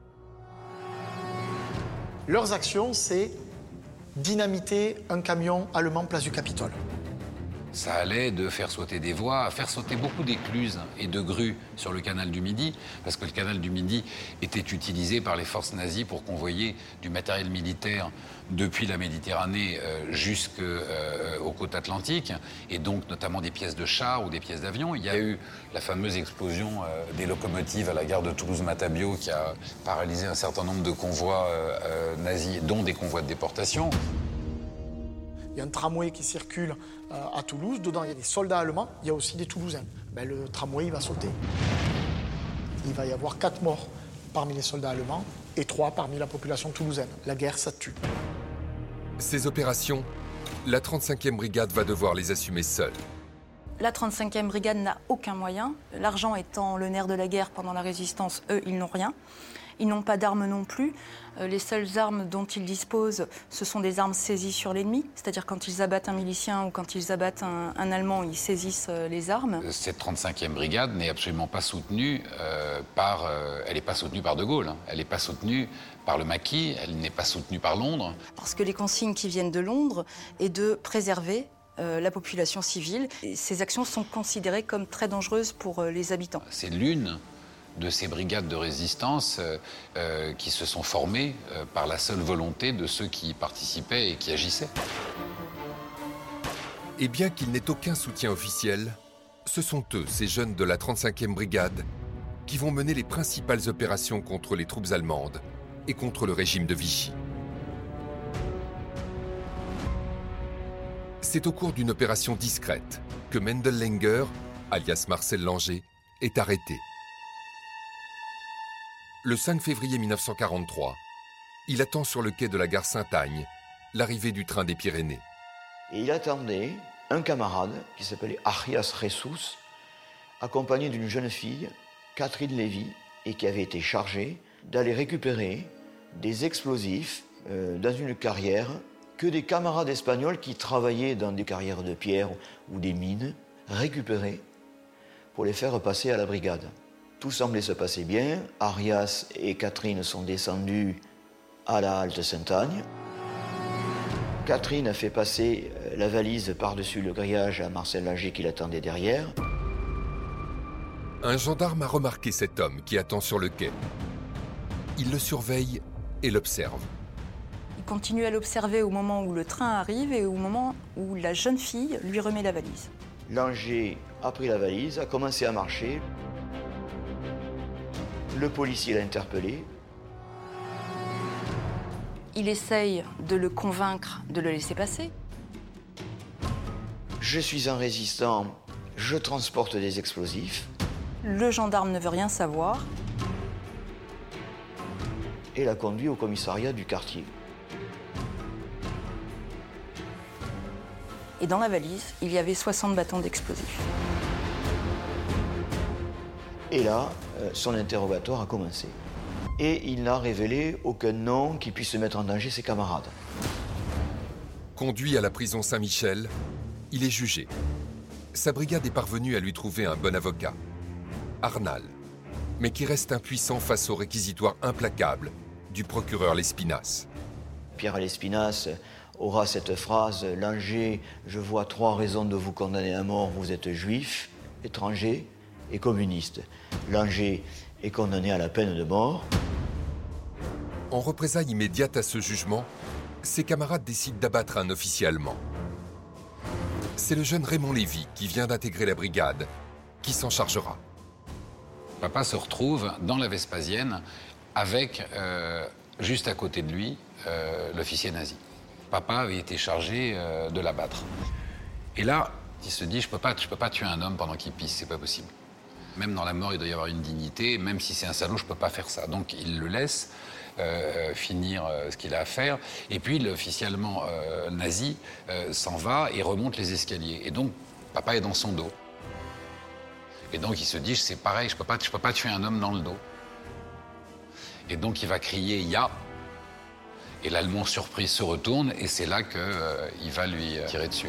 Leurs actions, c'est dynamiter un camion allemand place du Capitole. Ça allait de faire sauter des voies à faire sauter beaucoup d'écluses et de grues sur le canal du Midi, parce que le canal du Midi était utilisé par les forces nazies pour convoyer du matériel militaire depuis la Méditerranée jusqu'aux côtes atlantiques, et donc notamment des pièces de chars ou des pièces d'avions. Il y a eu la fameuse explosion des locomotives à la gare de Toulouse-Matabiau qui a paralysé un certain nombre de convois nazis, dont des convois de déportation. Il y a un tramway qui circule à Toulouse. Dedans, il y a des soldats allemands. Il y a aussi des Toulousains. Ben, le tramway, il va sauter. Il va y avoir 4 morts parmi les soldats allemands et 3 parmi la population toulousaine. La guerre, ça tue. Ces opérations, la 35e brigade va devoir les assumer seule. La 35e brigade n'a aucun moyen. L'argent étant le nerf de la guerre pendant la résistance, eux, ils n'ont rien. Ils n'ont pas d'armes non plus. Les seules armes dont ils disposent, ce sont des armes saisies sur l'ennemi. C'est-à-dire quand ils abattent un milicien ou quand ils abattent un Allemand, ils saisissent les armes. Cette 35e brigade n'est absolument pas soutenue elle n'est pas soutenue par De Gaulle. Elle n'est pas soutenue par le Maquis. Elle n'est pas soutenue par Londres. Parce que les consignes qui viennent de Londres est de préserver la population civile. Et ces actions sont considérées comme très dangereuses pour les habitants. C'est l'une de ces brigades de résistance qui se sont formées par la seule volonté de ceux qui y participaient et qui agissaient. Et bien qu'il n'ait aucun soutien officiel, ce sont eux, ces jeunes de la 35e brigade, qui vont mener les principales opérations contre les troupes allemandes et contre le régime de Vichy. C'est au cours d'une opération discrète que Mendel Lenger, alias Marcel Langer, est arrêté. Le 5 février 1943, il attend sur le quai de la gare Saint-Agne l'arrivée du train des Pyrénées. Et il attendait un camarade qui s'appelait Arias Jesus, accompagné d'une jeune fille, Catherine Lévy, et qui avait été chargée d'aller récupérer des explosifs dans une carrière que des camarades espagnols qui travaillaient dans des carrières de pierre ou des mines récupéraient pour les faire passer à la brigade. Tout semblait se passer bien. Arias et Catherine sont descendus à la halte Saint-Agne. Catherine a fait passer la valise par-dessus le grillage à Marcel Langer qui l'attendait derrière. Un gendarme a remarqué cet homme qui attend sur le quai. Il le surveille et l'observe. Il continue à l'observer au moment où le train arrive et au moment où la jeune fille lui remet la valise. Langer a pris la valise, a commencé à marcher. Le policier l'a interpellé. Il essaye de le convaincre de le laisser passer. Je suis un résistant, je transporte des explosifs. Le gendarme ne veut rien savoir. Et l'a conduit au commissariat du quartier. Et dans la valise, il y avait 60 bâtons d'explosifs. Et là, son interrogatoire a commencé. Et il n'a révélé aucun nom qui puisse mettre en danger ses camarades. Conduit à la prison Saint-Michel, il est jugé. Sa brigade est parvenue à lui trouver un bon avocat, Arnal, mais qui reste impuissant face au réquisitoire implacable du procureur Lespinasse. Pierre Lespinasse aura cette phrase « Langer, je vois 3 raisons de vous condamner à mort, vous êtes juif, étranger et communiste. » Langer est condamné à la peine de mort. En représailles immédiate à ce jugement, ses camarades décident d'abattre un officier allemand. C'est le jeune Raymond Lévy qui vient d'intégrer la brigade, qui s'en chargera. Papa se retrouve dans la Vespasienne avec, juste à côté de lui, l'officier nazi. Papa avait été chargé de l'abattre. Et là, il se dit, je peux pas tuer un homme pendant qu'il pisse, c'est pas possible. Même dans la mort, il doit y avoir une dignité, même si c'est un salaud, je peux pas faire ça. Donc il le laisse finir ce qu'il a à faire. Et puis l'officier allemand nazi s'en va et remonte les escaliers. Et donc, papa est dans son dos. Et donc il se dit, c'est pareil, je peux pas tuer un homme dans le dos. Et donc il va crier « Ya !» Et l'Allemand surpris se retourne et c'est là qu'il va lui tirer dessus.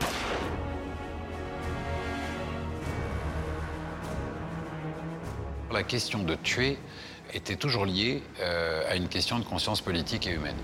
La question de tuer était toujours liée à une question de conscience politique et humaine.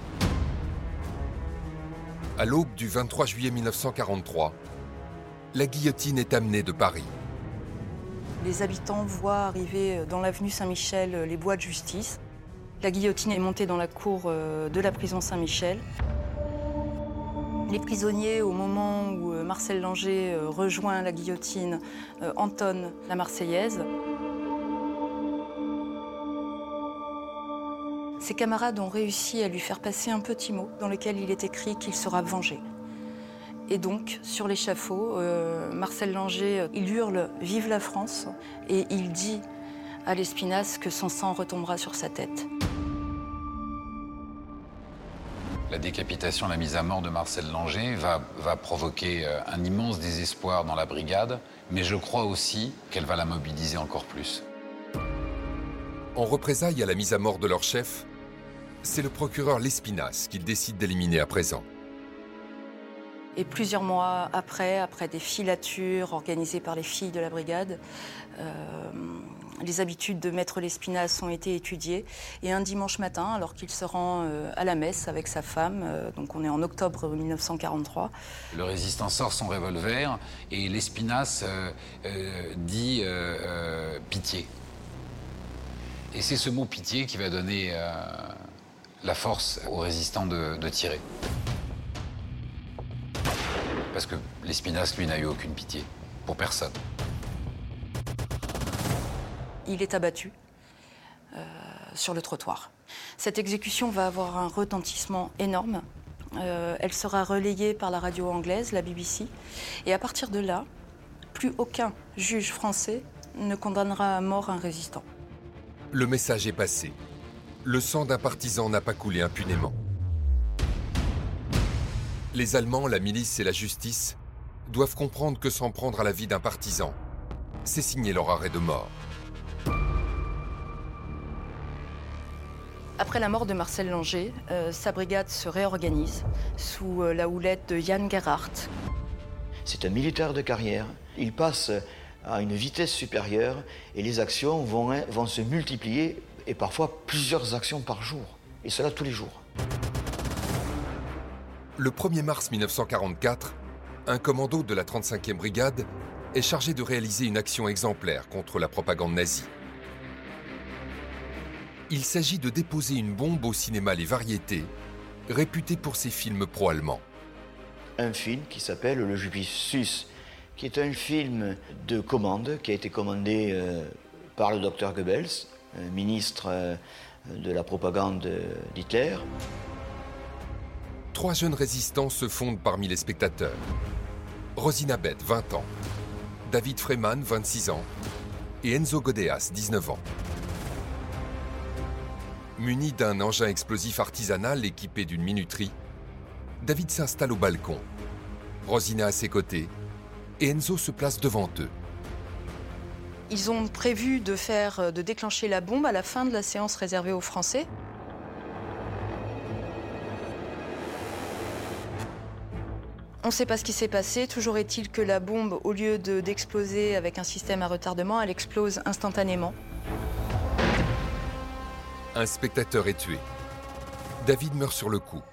À l'aube du 23 juillet 1943, la guillotine est amenée de Paris. Les habitants voient arriver dans l'avenue Saint-Michel les bois de justice. La guillotine est montée dans la cour de la prison Saint-Michel. Les prisonniers, au moment où Marcel Langer rejoint la guillotine, entonnent la Marseillaise. Ses camarades ont réussi à lui faire passer un petit mot dans lequel il est écrit qu'il sera vengé. Et donc, sur l'échafaud, Marcel Langer, il hurle « Vive la France !» et il dit à Lespinasse que son sang retombera sur sa tête. La décapitation, la mise à mort de Marcel Langer va provoquer un immense désespoir dans la brigade, mais je crois aussi qu'elle va la mobiliser encore plus. En représailles à la mise à mort de leur chef, c'est le procureur Lespinasse qu'ils décident d'éliminer à présent. Et plusieurs mois après des filatures organisées par les filles de la brigade, les habitudes de maître Lespinasse ont été étudiées. Et un dimanche matin, alors qu'il se rend à la messe avec sa femme, donc on est en octobre 1943. Le résistant sort son revolver et Lespinasse dit pitié. Et c'est ce mot pitié qui va donner la force aux résistants de tirer. Parce que Lespinasse, lui, n'a eu aucune pitié pour personne. Il est abattu sur le trottoir. Cette exécution va avoir un retentissement énorme. Elle sera relayée par la radio anglaise, la BBC. Et à partir de là, plus aucun juge français ne condamnera à mort un résistant. Le message est passé. Le sang d'un partisan n'a pas coulé impunément. Les Allemands, la milice et la justice doivent comprendre que s'en prendre à la vie d'un partisan, c'est signer leur arrêt de mort. Après la mort de Marcel Langer, sa brigade se réorganise sous la houlette de Jan Gerhardt. C'est un militaire de carrière. Il passe à une vitesse supérieure et les actions vont se multiplier et parfois plusieurs actions par jour. Et cela tous les jours. Le 1er mars 1944, un commando de la 35e brigade est chargé de réaliser une action exemplaire contre la propagande nazie. Il s'agit de déposer une bombe au cinéma Les Variétés, réputé pour ses films pro-allemands. Un film qui s'appelle Le Jupissus, qui est un film de commande qui a été commandé par le docteur Goebbels, ministre de la propagande d'Hitler. 3 jeunes résistants se fondent parmi les spectateurs. Rosina Beth, 20 ans, David Freeman, 26 ans, et Enzo Godeas, 19 ans. Muni d'un engin explosif artisanal équipé d'une minuterie, David s'installe au balcon, Rosina à ses côtés, et Enzo se place devant eux. Ils ont prévu de déclencher la bombe à la fin de la séance réservée aux Français. On ne sait pas ce qui s'est passé. Toujours est-il que la bombe, au lieu d'exploser avec un système à retardement, elle explose instantanément. Un spectateur est tué. David meurt sur le coup.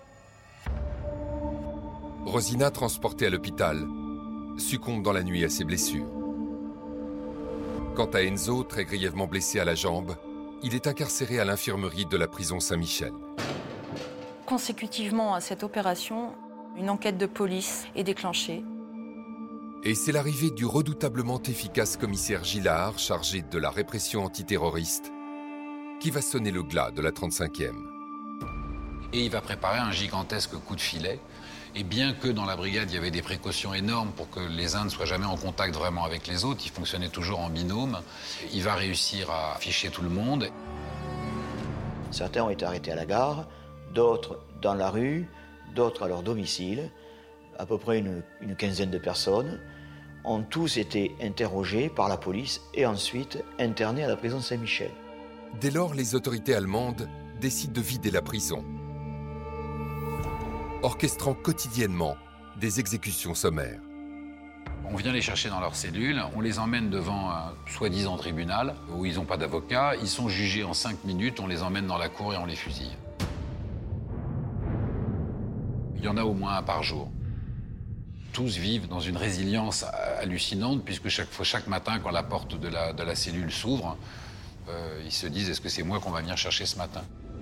Rosina, transportée à l'hôpital, succombe dans la nuit à ses blessures. Quant à Enzo, très grièvement blessé à la jambe, il est incarcéré à l'infirmerie de la prison Saint-Michel. Consécutivement à cette opération, une enquête de police est déclenchée. Et c'est l'arrivée du redoutablement efficace commissaire Gillard, chargé de la répression antiterroriste, qui va sonner le glas de la 35e. Et il va préparer un gigantesque coup de filet. Et bien que dans la brigade, il y avait des précautions énormes pour que les uns ne soient jamais en contact vraiment avec les autres, ils fonctionnaient toujours en binôme, il va réussir à ficher tout le monde. Certains ont été arrêtés à la gare, d'autres dans la rue, d'autres à leur domicile, à peu près une quinzaine de personnes. ont tous été interrogés par la police et ensuite internés à la prison Saint-Michel. Dès lors, les autorités allemandes décident de vider la prison, orchestrant quotidiennement des exécutions sommaires. On vient les chercher dans leur cellule, on les emmène devant un soi-disant tribunal où ils n'ont pas d'avocat, ils sont jugés en 5 minutes, on les emmène dans la cour et on les fusille. Il y en a au moins un par jour. Tous vivent dans une résilience hallucinante puisque chaque matin, quand la porte de la cellule s'ouvre, ils se disent « Est-ce que c'est moi qu'on va venir chercher ce matin ?»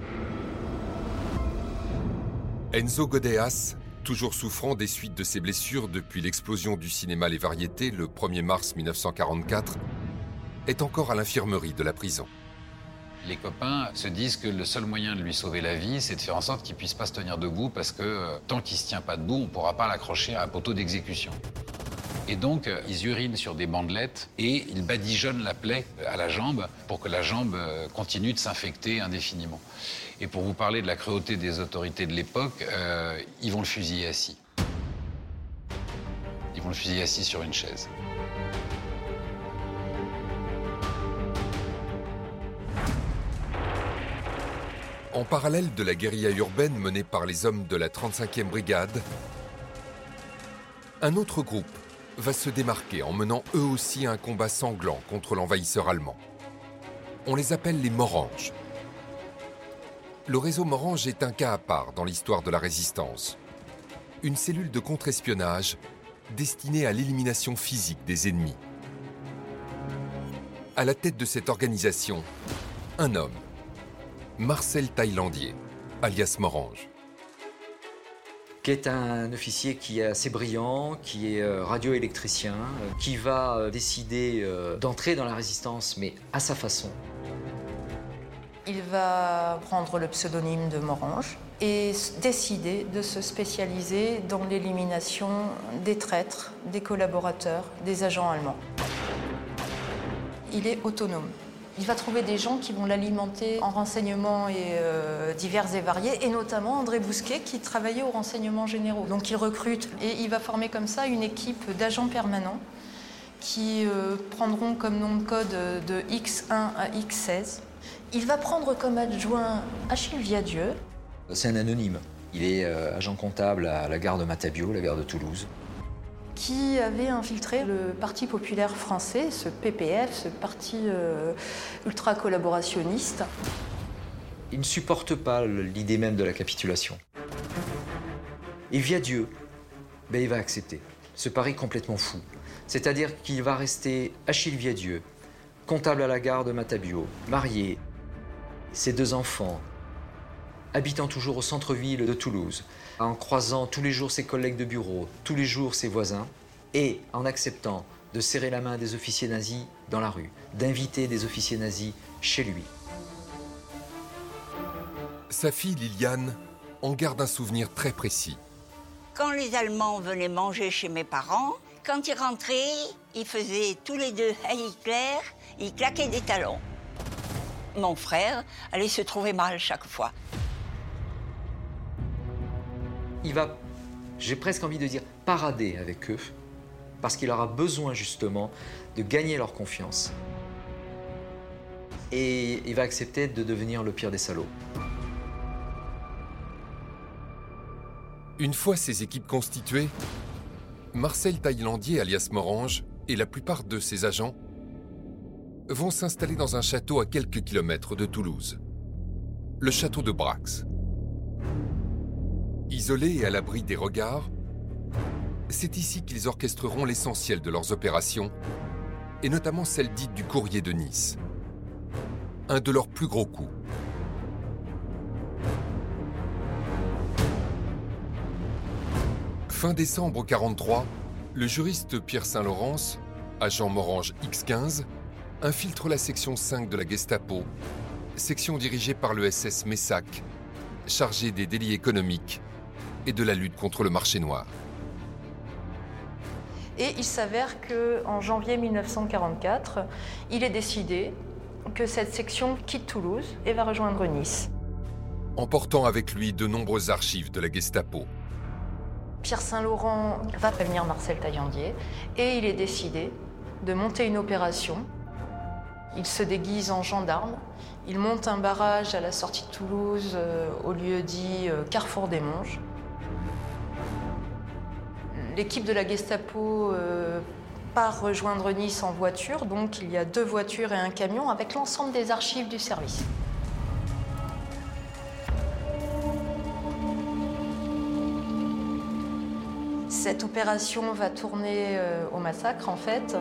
Enzo Godeas, toujours souffrant des suites de ses blessures depuis l'explosion du cinéma Les Variétés le 1er mars 1944, est encore à l'infirmerie de la prison. Les copains se disent que le seul moyen de lui sauver la vie, c'est de faire en sorte qu'il ne puisse pas se tenir debout parce que tant qu'il ne se tient pas debout, on ne pourra pas l'accrocher à un poteau d'exécution. Et donc, ils urinent sur des bandelettes et ils badigeonnent la plaie à la jambe pour que la jambe continue de s'infecter indéfiniment. Et pour vous parler de la cruauté des autorités de l'époque, ils vont le fusiller assis. Ils vont le fusiller assis sur une chaise. En parallèle de la guérilla urbaine menée par les hommes de la 35e brigade, un autre groupe va se démarquer en menant eux aussi un combat sanglant contre l'envahisseur allemand. On les appelle les Moranges. Le réseau Morange est un cas à part dans l'histoire de la résistance. Une cellule de contre-espionnage destinée à l'élimination physique des ennemis. À la tête de cette organisation, un homme, Marcel Taillandier, alias Morange. Qui est un officier qui est assez brillant, qui est radioélectricien, qui va décider d'entrer dans la résistance, mais à sa façon. Il va prendre le pseudonyme de Morange et décider de se spécialiser dans l'élimination des traîtres, des collaborateurs, des agents allemands. Il est autonome. Il va trouver des gens qui vont l'alimenter en renseignements divers et variés, et notamment André Bousquet qui travaillait aux renseignements généraux. Donc il recrute et il va former comme ça une équipe d'agents permanents qui prendront comme nom de code de X1 à X16. Il va prendre comme adjoint Achille Viadieu. C'est un anonyme. Il est agent comptable à la gare de Matabio, la gare de Toulouse. Qui avait infiltré le Parti populaire français, ce PPF, ce parti ultra-collaborationniste. Il ne supporte pas l'idée même de la capitulation. Et Viadieu, il va accepter. Ce pari complètement fou. C'est-à-dire qu'il va rester Achille Viadieu, comptable à la gare de Matabio, marié, ses 2 enfants, habitant toujours au centre-ville de Toulouse, en croisant tous les jours ses collègues de bureau, tous les jours ses voisins, et en acceptant de serrer la main des officiers nazis dans la rue, d'inviter des officiers nazis chez lui. Sa fille Liliane en garde un souvenir très précis. Quand les Allemands venaient manger chez mes parents, quand ils rentraient, ils faisaient tous les deux à Hitler, ils claquaient des talons. Mon frère allait se trouver mal chaque fois. Il va, j'ai presque envie de dire, parader avec eux, parce qu'il aura besoin justement de gagner leur confiance. Et il va accepter de devenir le pire des salauds. Une fois ces équipes constituées, Marcel Taillandier, alias Morange, et la plupart de ses agents vont s'installer dans un château à quelques kilomètres de Toulouse, le château de Brax. Isolés et à l'abri des regards, c'est ici qu'ils orchestreront l'essentiel de leurs opérations, et notamment celle dite du courrier de Nice, un de leurs plus gros coups. Fin décembre 1943, le juriste Pierre Saint-Laurence, agent Morange X15, infiltre la section 5 de la Gestapo, section dirigée par le SS Messac, chargé des délits économiques et de la lutte contre le marché noir. Et il s'avère qu'en janvier 1944, il est décidé que cette section quitte Toulouse et va rejoindre Nice. Emportant avec lui de nombreuses archives de la Gestapo. Pierre Saint-Laurent va prévenir Marcel Taillandier et il est décidé de monter une opération. Il se déguise en gendarme, il monte un barrage à la sortie de Toulouse au lieu dit Carrefour des Monges. L'équipe de la Gestapo part rejoindre Nice en voiture, donc il y a 2 voitures et un camion avec l'ensemble des archives du service. Cette opération va tourner au massacre, en fait.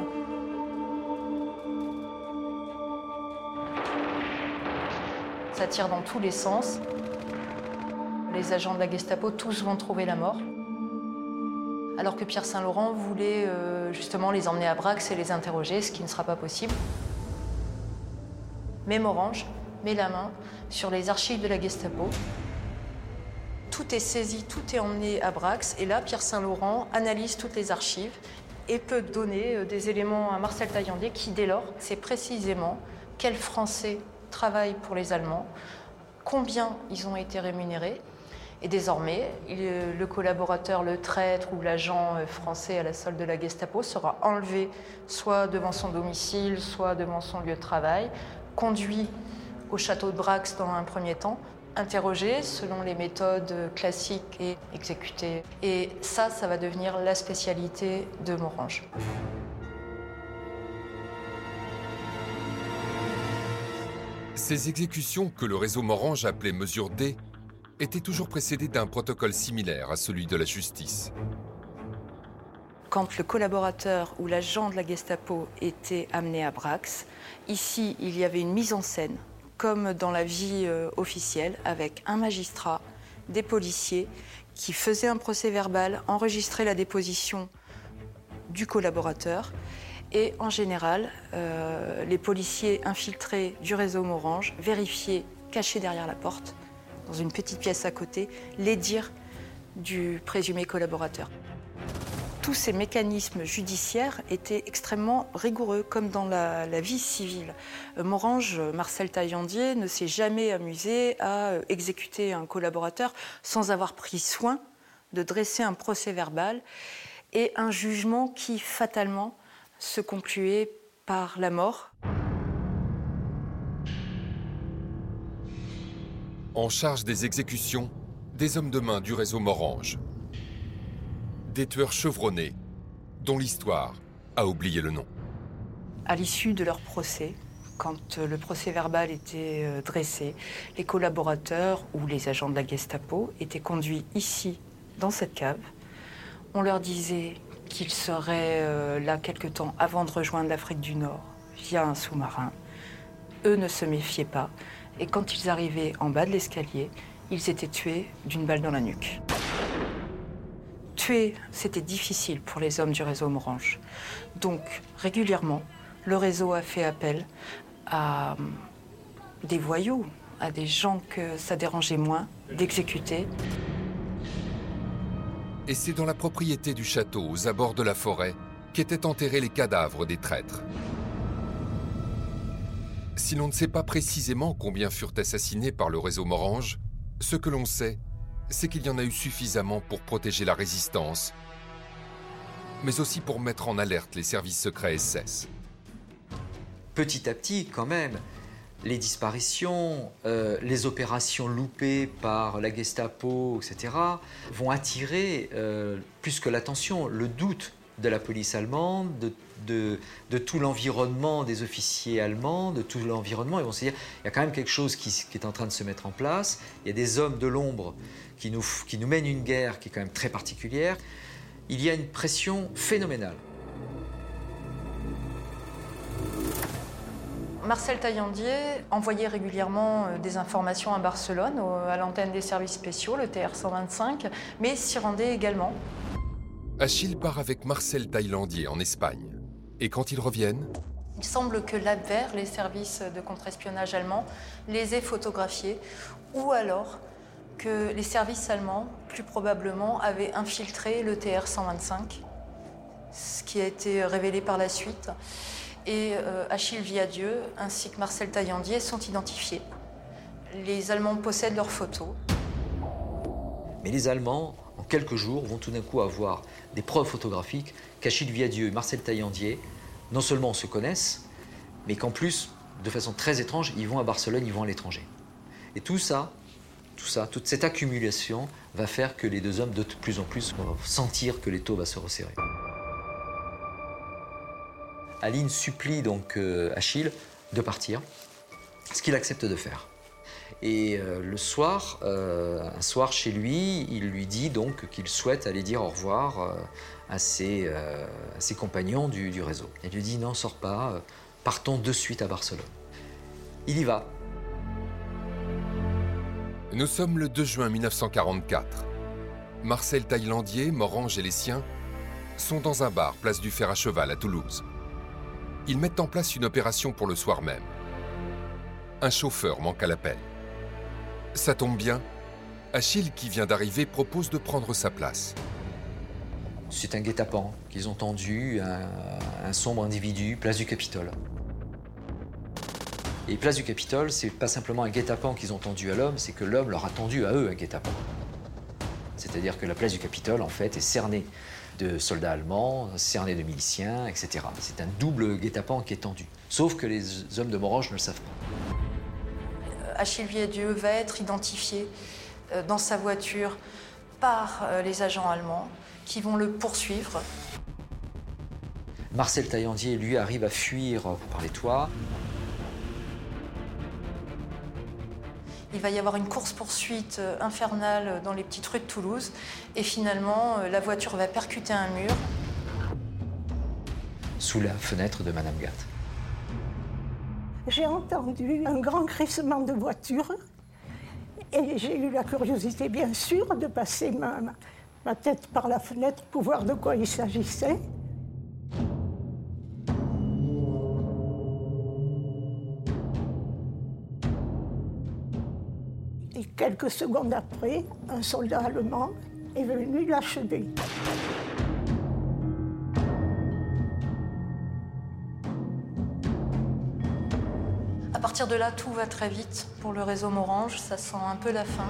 Ça tire dans tous les sens. Les agents de la Gestapo, tous vont trouver la mort. Alors que Pierre Saint-Laurent voulait justement les emmener à Brax et les interroger, ce qui ne sera pas possible. Mais Morange met la main sur les archives de la Gestapo. Tout est saisi, tout est emmené à Brax. Et là, Pierre Saint-Laurent analyse toutes les archives et peut donner des éléments à Marcel Taillandier qui, dès lors, sait précisément quels Français travaillent pour les Allemands, combien ils ont été rémunérés. Et désormais, le collaborateur, le traître ou l'agent français à la solde de la Gestapo sera enlevé soit devant son domicile, soit devant son lieu de travail, conduit au château de Brax dans un premier temps, interrogé selon les méthodes classiques et exécuté. Et ça va devenir la spécialité de Morange. Ces exécutions que le réseau Morange appelait mesure D étaient toujours précédées d'un protocole similaire à celui de la justice. Quand le collaborateur ou l'agent de la Gestapo était amené à Brax, ici, il y avait une mise en scène, comme dans la vie officielle, avec un magistrat, des policiers, qui faisaient un procès-verbal, enregistraient la déposition du collaborateur. Et en général, les policiers infiltrés du réseau Morange vérifiaient, cachés derrière la porte, dans une petite pièce à côté, les dires du présumé collaborateur. Tous ces mécanismes judiciaires étaient extrêmement rigoureux, comme dans la vie civile. Morange, Marcel Taillandier, ne s'est jamais amusé à exécuter un collaborateur sans avoir pris soin de dresser un procès-verbal et un jugement qui, fatalement, se concluait par la mort. En charge des exécutions, des hommes de main du réseau Morange. Des tueurs chevronnés, dont l'histoire a oublié le nom. À l'issue de leur procès, quand le procès-verbal était dressé, les collaborateurs ou les agents de la Gestapo étaient conduits ici, dans cette cave. On leur disait qu'ils seraient là quelque temps avant de rejoindre l'Afrique du Nord via un sous-marin. Eux ne se méfiaient pas. Et quand ils arrivaient en bas de l'escalier, ils étaient tués d'une balle dans la nuque. Tuer, c'était difficile pour les hommes du réseau Morange. Donc, régulièrement, le réseau a fait appel à des voyous, à des gens que ça dérangeait moins d'exécuter. Et c'est dans la propriété du château, aux abords de la forêt, qu'étaient enterrés les cadavres des traîtres. Si l'on ne sait pas précisément combien furent assassinés par le réseau Morange, ce que l'on sait, c'est qu'il y en a eu suffisamment pour protéger la résistance, mais aussi pour mettre en alerte les services secrets SS. Petit à petit, quand même, les disparitions, les opérations loupées par la Gestapo, etc., vont attirer plus que l'attention, le doute de la police allemande, de tout l'environnement des officiers allemands, de tout l'environnement. Ils vont se dire, il y a quand même quelque chose qui est en train de se mettre en place. Il y a des hommes de l'ombre qui nous mènent une guerre qui est quand même très particulière. Il y a une pression phénoménale. Marcel Taillandier envoyait régulièrement des informations à Barcelone, à l'antenne des services spéciaux, le TR 125, mais s'y rendait également. Achille part avec Marcel Taillandier en Espagne. Et quand ils reviennent, il semble que l'Abwehr, les services de contre-espionnage allemands, les aient photographiés, ou alors que les services allemands, plus probablement, avaient infiltré le TR 125, ce qui a été révélé par la suite. Et Achille Viadieu ainsi que Marcel Taillandier sont identifiés. Les Allemands possèdent leurs photos. Mais les Allemands, en quelques jours, vont tout d'un coup avoir des preuves photographiques qu'Achille Viadieu et Marcel Taillandier, non seulement se connaissent, mais qu'en plus, de façon très étrange, ils vont à Barcelone, ils vont à l'étranger. Et toute cette accumulation va faire que les deux hommes, de plus en plus, vont sentir que l'étau va se resserrer. Aline supplie donc Achille de partir, ce qu'il accepte de faire. Et le soir, un soir chez lui, il lui dit donc qu'il souhaite aller dire au revoir à ses compagnons du réseau. Il lui dit non, sors pas, partons de suite à Barcelone. Il y va. Nous sommes le 2 juin 1944. Marcel Taillandier, Morange et les siens sont dans un bar, place du Fer à Cheval à Toulouse. Ils mettent en place une opération pour le soir même. Un chauffeur manque à l'appel. Ça tombe bien, Achille, qui vient d'arriver, propose de prendre sa place. C'est un guet-apens qu'ils ont tendu, un sombre individu, place du Capitole. Et place du Capitole, c'est pas simplement un guet-apens qu'ils ont tendu à l'homme, c'est que l'homme leur a tendu à eux un guet-apens. C'est-à-dire que la place du Capitole, en fait, est cernée de soldats allemands, cernée de miliciens, etc. C'est un double guet-apens qui est tendu. Sauf que les hommes de Morange ne le savent pas. Achille Viadieu va être identifié dans sa voiture par les agents allemands qui vont le poursuivre. Marcel Taillandier, lui, arrive à fuir par les toits. Il va y avoir une course-poursuite infernale dans les petites rues de Toulouse. Et finalement, la voiture va percuter un mur. Sous la fenêtre de Madame Gatte. J'ai entendu un grand crissement de voiture et j'ai eu la curiosité, bien sûr, de passer ma tête par la fenêtre pour voir de quoi il s'agissait. Et quelques secondes après, un soldat allemand est venu l'achever. À partir de là, tout va très vite pour le réseau Morange, ça sent un peu la fin.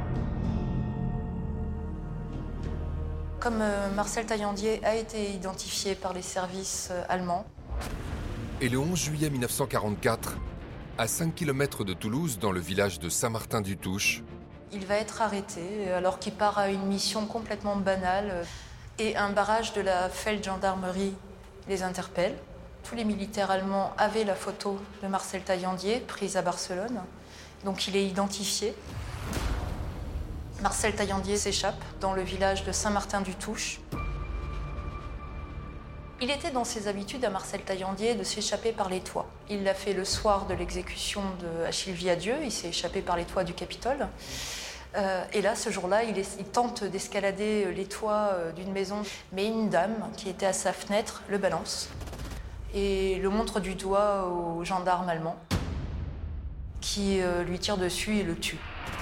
Comme Marcel Taillandier a été identifié par les services allemands. Et le 11 juillet 1944, à 5 km de Toulouse, dans le village de Saint-Martin-du-Touche, il va être arrêté alors qu'il part à une mission complètement banale. Et un barrage de la Feldgendarmerie les interpelle. Tous les militaires allemands avaient la photo de Marcel Taillandier, prise à Barcelone. Donc il est identifié. Marcel Taillandier s'échappe dans le village de Saint-Martin-du-Touche. Il était dans ses habitudes à Marcel Taillandier de s'échapper par les toits. Il l'a fait le soir de l'exécution de Achille Viadieu, il s'est échappé par les toits du Capitole. Et là, ce jour-là, il tente d'escalader les toits d'une maison, mais une dame qui était à sa fenêtre le balance et le montre du doigt aux gendarmes allemands qui lui tirent dessus et le tuent.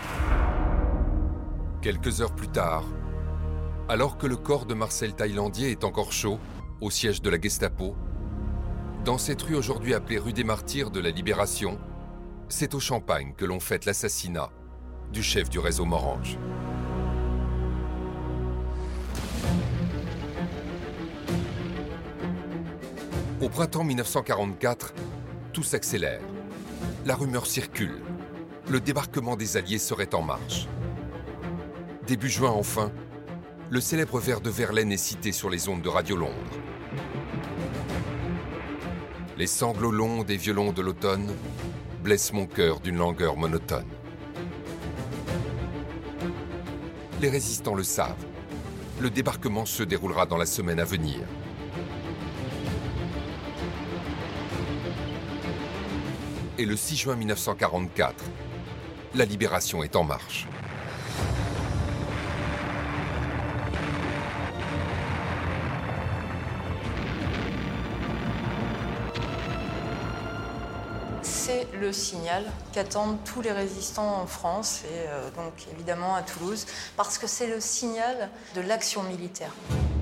Quelques heures plus tard, alors que le corps de Marcel Taillandier est encore chaud, au siège de la Gestapo, dans cette rue aujourd'hui appelée rue des Martyrs de la Libération, c'est au Champagne que l'on fête l'assassinat du chef du réseau Morange. Au printemps 1944, tout s'accélère. La rumeur circule. Le débarquement des Alliés serait en marche. Début juin, enfin, le célèbre vers de Verlaine est cité sur les ondes de Radio Londres. Les sanglots longs des violons de l'automne blessent mon cœur d'une langueur monotone. Les résistants le savent. Le débarquement se déroulera dans la semaine à venir. Et le 6 juin 1944, la libération est en marche. C'est le signal qu'attendent tous les résistants en France et donc évidemment à Toulouse, parce que c'est le signal de l'action militaire.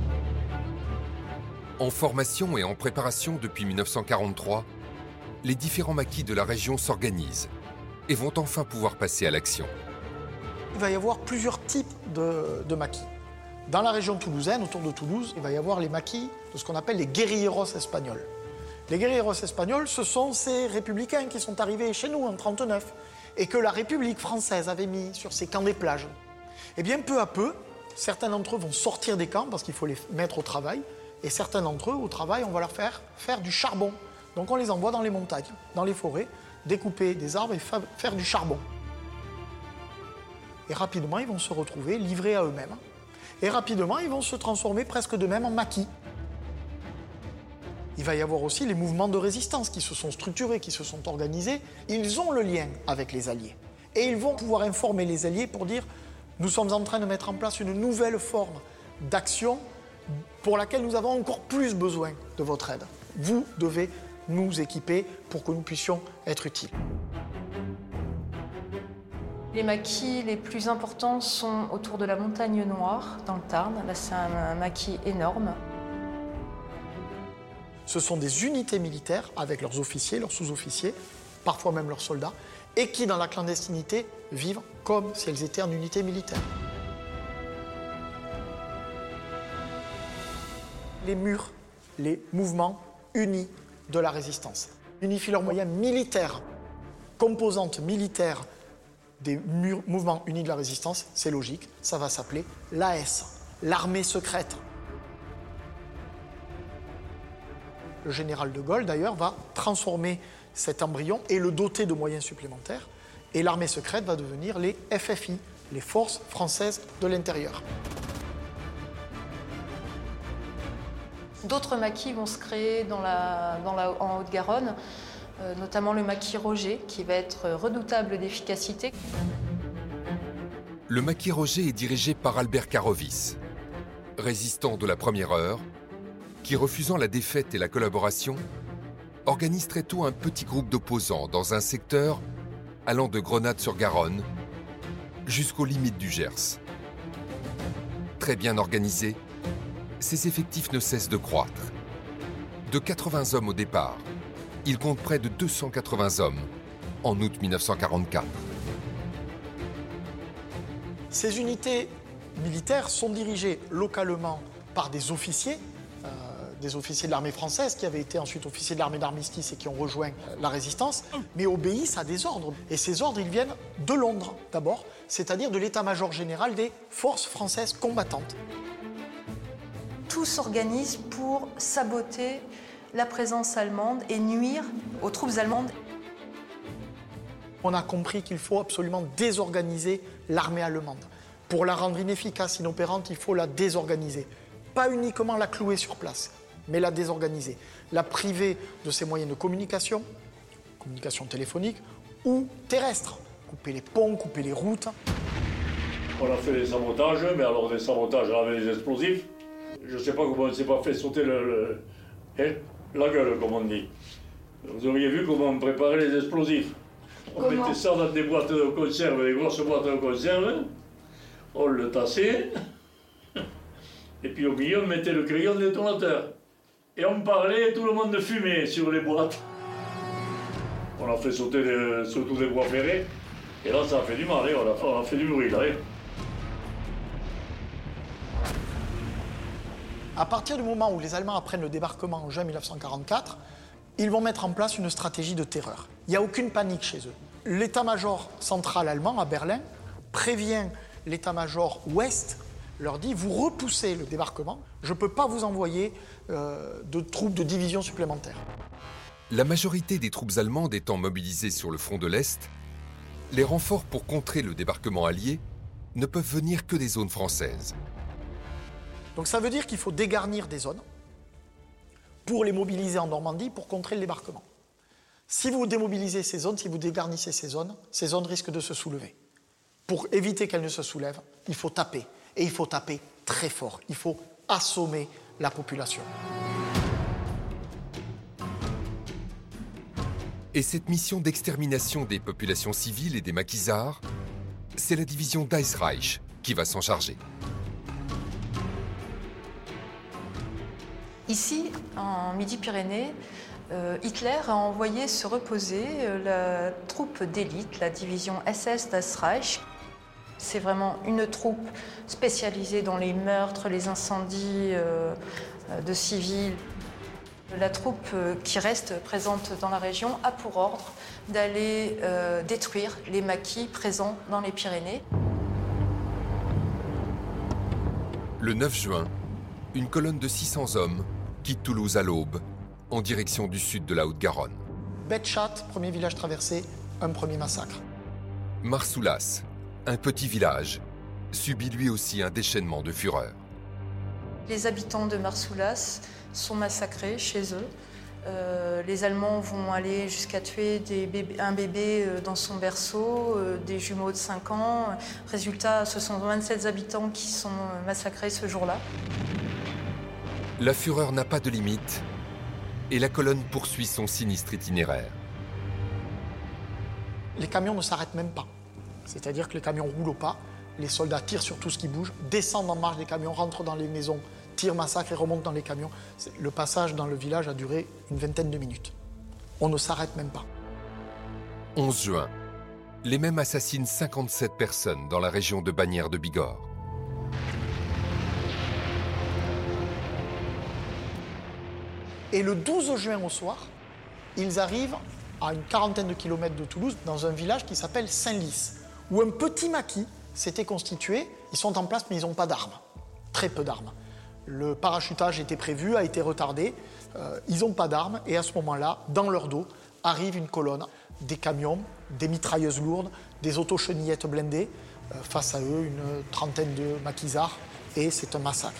En formation et en préparation depuis 1943, les différents maquis de la région s'organisent et vont enfin pouvoir passer à l'action. il va y avoir plusieurs types de maquis. Dans la région toulousaine, autour de Toulouse, il va y avoir les maquis de ce qu'on appelle les guerrilleros espagnols. Les guerrilleros espagnols, ce sont ces républicains qui sont arrivés chez nous en 1939 et que la République française avait mis sur ces camps des plages. Eh bien, peu à peu, certains d'entre eux vont sortir des camps parce qu'il faut les mettre au travail, et certains d'entre eux, au travail, on va leur faire du charbon. Donc on les envoie dans les montagnes, dans les forêts, découper des arbres et faire du charbon. Et rapidement, ils vont se retrouver livrés à eux-mêmes. Et rapidement, ils vont se transformer presque d'eux-mêmes en maquis. Il va y avoir aussi les mouvements de résistance qui se sont structurés, qui se sont organisés. Ils ont le lien avec les Alliés. Et ils vont pouvoir informer les Alliés pour dire « Nous sommes en train de mettre en place une nouvelle forme d'action pour laquelle nous avons encore plus besoin de votre aide. Vous devez nous équiper pour que nous puissions être utiles. » Les maquis les plus importants sont autour de la Montagne Noire, dans le Tarn. Là, c'est un maquis énorme. Ce sont des unités militaires avec leurs officiers, leurs sous-officiers, parfois même leurs soldats, et qui, dans la clandestinité, vivent comme si elles étaient en unité militaire. Les murs, les mouvements unis de la résistance. Unifient leurs moyens militaires, composantes militaires des mouvements unis de la résistance, c'est logique, ça va s'appeler l'AS, l'armée secrète. Le général de Gaulle, d'ailleurs, va transformer cet embryon et le doter de moyens supplémentaires. Et l'armée secrète va devenir les FFI, les Forces françaises de l'intérieur. D'autres maquis vont se créer en Haute-Garonne, notamment le maquis Roger, qui va être redoutable d'efficacité. Le maquis Roger est dirigé par Albert Carovis, résistant de la première heure, qui, refusant la défaite et la collaboration, organise très tôt un petit groupe d'opposants dans un secteur allant de Grenade-sur-Garonne jusqu'aux limites du Gers. Très bien organisé, ses effectifs ne cessent de croître. De 80 hommes au départ, il compte près de 280 hommes en août 1944. Ces unités militaires sont dirigées localement par des officiers de l'armée française qui avaient été ensuite officiers de l'armée d'armistice et qui ont rejoint la résistance, mais obéissent à des ordres. Et ces ordres, ils viennent de Londres d'abord, c'est-à-dire de l'état-major général des forces françaises combattantes. Tout s'organise pour saboter la présence allemande et nuire aux troupes allemandes. On a compris qu'il faut absolument désorganiser l'armée allemande. Pour la rendre inefficace, inopérante, il faut la désorganiser. Pas uniquement la clouer sur place, mais la désorganiser. La priver de ses moyens de communication téléphonique ou terrestre. Couper les ponts, couper les routes. On a fait des sabotages, mais alors des sabotages avec des explosifs. Je ne sais pas comment on ne s'est pas fait sauter la gueule, comme on dit. Vous auriez vu comment on préparait les explosifs. On mettait ça dans des boîtes de conserve, des grosses boîtes de conserve. On le tassait. Et puis au milieu, on mettait le crayon détonateur. Et on parlait et tout le monde fumait sur les boîtes. On a fait sauter surtout des bois ferrés. Et là, ça a fait du mal, on a fait du bruit, là. À partir du moment où les Allemands apprennent le débarquement en juin 1944, ils vont mettre en place une stratégie de terreur. Il n'y a aucune panique chez eux. L'état-major central allemand à Berlin prévient l'état-major ouest, leur dit « Vous repoussez le débarquement, je ne peux pas vous envoyer de troupes de division supplémentaires. » La majorité des troupes allemandes étant mobilisées sur le front de l'Est, les renforts pour contrer le débarquement allié ne peuvent venir que des zones françaises. Donc ça veut dire qu'il faut dégarnir des zones pour les mobiliser en Normandie pour contrer le débarquement. Si vous démobilisez ces zones, si vous dégarnissez ces zones risquent de se soulever. Pour éviter qu'elles ne se soulèvent, il faut taper. Et il faut taper très fort. Il faut assommer la population. Et cette mission d'extermination des populations civiles et des maquisards, c'est la division d'Eisreich qui va s'en charger. Ici, en Midi-Pyrénées, Hitler a envoyé se reposer la troupe d'élite, la division SS d'Eisreich. C'est vraiment une troupe spécialisée dans les meurtres, les incendies de civils. La troupe qui reste présente dans la région a pour ordre d'aller détruire les maquis présents dans les Pyrénées. Le 9 juin, une colonne de 600 hommes quitte Toulouse à l'aube, en direction du sud de la Haute-Garonne. Betchat, premier village traversé, un premier massacre. Marsoulas, un petit village, subit lui aussi un déchaînement de fureur. Les habitants de Marsoulas sont massacrés chez eux. Les Allemands vont aller jusqu'à tuer un bébé dans son berceau, des jumeaux de 5 ans. Résultat, ce sont 27 habitants qui sont massacrés ce jour-là. La fureur n'a pas de limite et la colonne poursuit son sinistre itinéraire. Les camions ne s'arrêtent même pas. C'est-à-dire que les camions roulent au pas, les soldats tirent sur tout ce qui bouge, descendent en marche des camions, rentrent dans les maisons, tirent, massacrent et remontent dans les camions. Le passage dans le village a duré une vingtaine de minutes. On ne s'arrête même pas. 11 juin, les mêmes assassinent 57 personnes dans la région de Bagnères de Bigorre. Et le 12 juin au soir, ils arrivent à une quarantaine de kilomètres de Toulouse, dans un village qui s'appelle Saint-Lys, où un petit maquis s'était constitué. Ils sont en place, mais ils n'ont pas d'armes. Très peu d'armes. Le parachutage était prévu, a été retardé. Ils n'ont pas d'armes. Et à ce moment-là, dans leur dos, arrive une colonne, des camions, des mitrailleuses lourdes, des auto-chenillettes blindées. Face à eux, une trentaine de maquisards. Et c'est un massacre.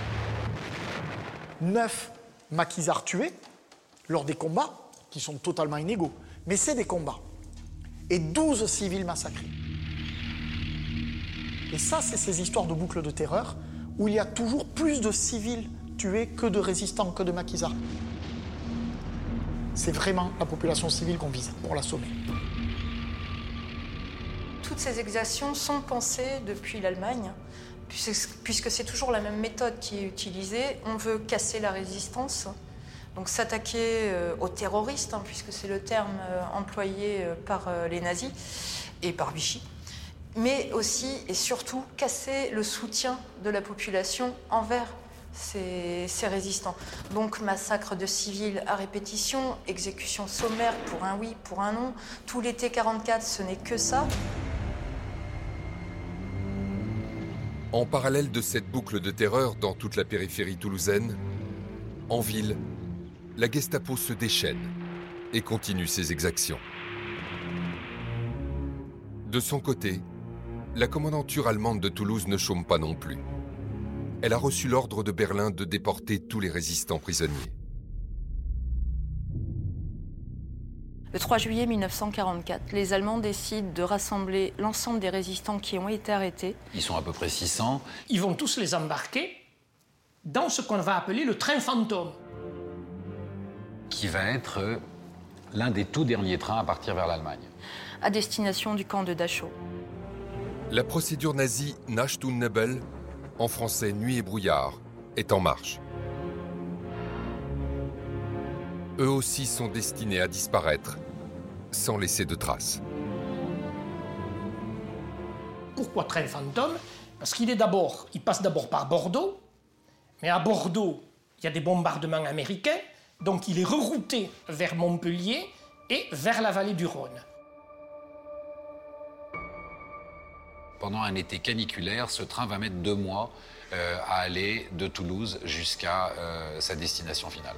9 maquisards tués lors des combats, qui sont totalement inégaux. Mais c'est des combats. Et 12 civils massacrés. Et ça, c'est ces histoires de boucles de terreur où il y a toujours plus de civils tués que de résistants, que de maquisards. C'est vraiment la population civile qu'on vise pour l'assommer. Toutes ces exactions sont pensées depuis l'Allemagne, puisque c'est toujours la même méthode qui est utilisée. On veut casser la résistance, donc s'attaquer aux terroristes, puisque c'est le terme employé par les nazis et par Vichy, mais aussi et surtout casser le soutien de la population envers ces résistants. Donc massacre de civils à répétition, exécution sommaire pour un oui, pour un non. Tout l'été 44, ce n'est que ça. En parallèle de cette boucle de terreur dans toute la périphérie toulousaine, en ville, la Gestapo se déchaîne et continue ses exactions. De son côté, la commandanture allemande de Toulouse ne chôme pas non plus. Elle a reçu l'ordre de Berlin de déporter tous les résistants prisonniers. Le 3 juillet 1944, les Allemands décident de rassembler l'ensemble des résistants qui ont été arrêtés. Ils sont à peu près 600. Ils vont tous les embarquer dans ce qu'on va appeler le train fantôme. Qui va être l'un des tout derniers trains à partir vers l'Allemagne. À destination du camp de Dachau. La procédure nazie Nacht und Nebel, en français Nuit et brouillard, est en marche. Eux aussi sont destinés à disparaître, sans laisser de traces. Pourquoi train fantôme? Parce qu'il passe d'abord par Bordeaux, mais à Bordeaux, il y a des bombardements américains, donc il est rerouté vers Montpellier et vers la vallée du Rhône. Pendant un été caniculaire, ce train va mettre 2 mois à aller de Toulouse jusqu'à sa destination finale.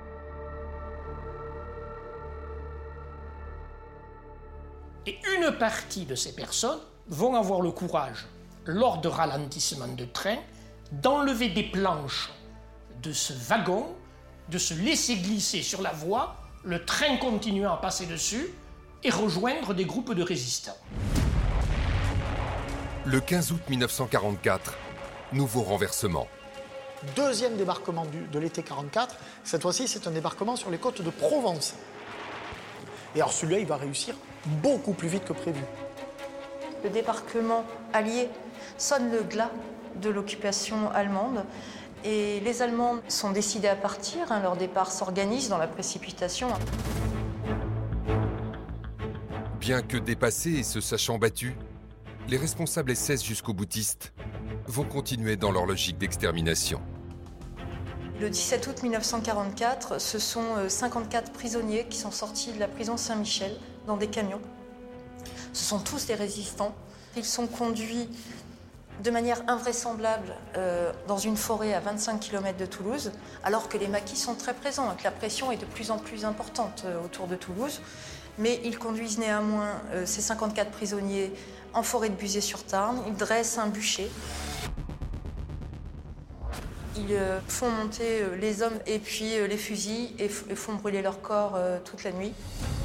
Et une partie de ces personnes vont avoir le courage, lors de ralentissements de train, d'enlever des planches de ce wagon, de se laisser glisser sur la voie, le train continuant à passer dessus, et rejoindre des groupes de résistants. Le 15 août 1944, nouveau renversement. Deuxième débarquement de l'été 44, cette fois-ci c'est un débarquement sur les côtes de Provence. Et alors celui-là il va réussir beaucoup plus vite que prévu. Le débarquement allié sonne le glas de l'occupation allemande et les Allemands sont décidés à partir. Leur départ s'organise dans la précipitation. Bien que dépassés et se sachant battus, les responsables SS jusqu'au boutiste vont continuer dans leur logique d'extermination. Le 17 août 1944, ce sont 54 prisonniers qui sont sortis de la prison Saint-Michel dans des camions. Ce sont tous des résistants. Ils sont conduits de manière invraisemblable dans une forêt à 25 km de Toulouse, alors que les maquis sont très présents et que la pression est de plus en plus importante autour de Toulouse. Mais ils conduisent néanmoins ces 54 prisonniers en forêt de Buzet-sur-Tarn. Ils dressent un bûcher. Ils font monter les hommes et puis les fusils et font brûler leur corps toute la nuit.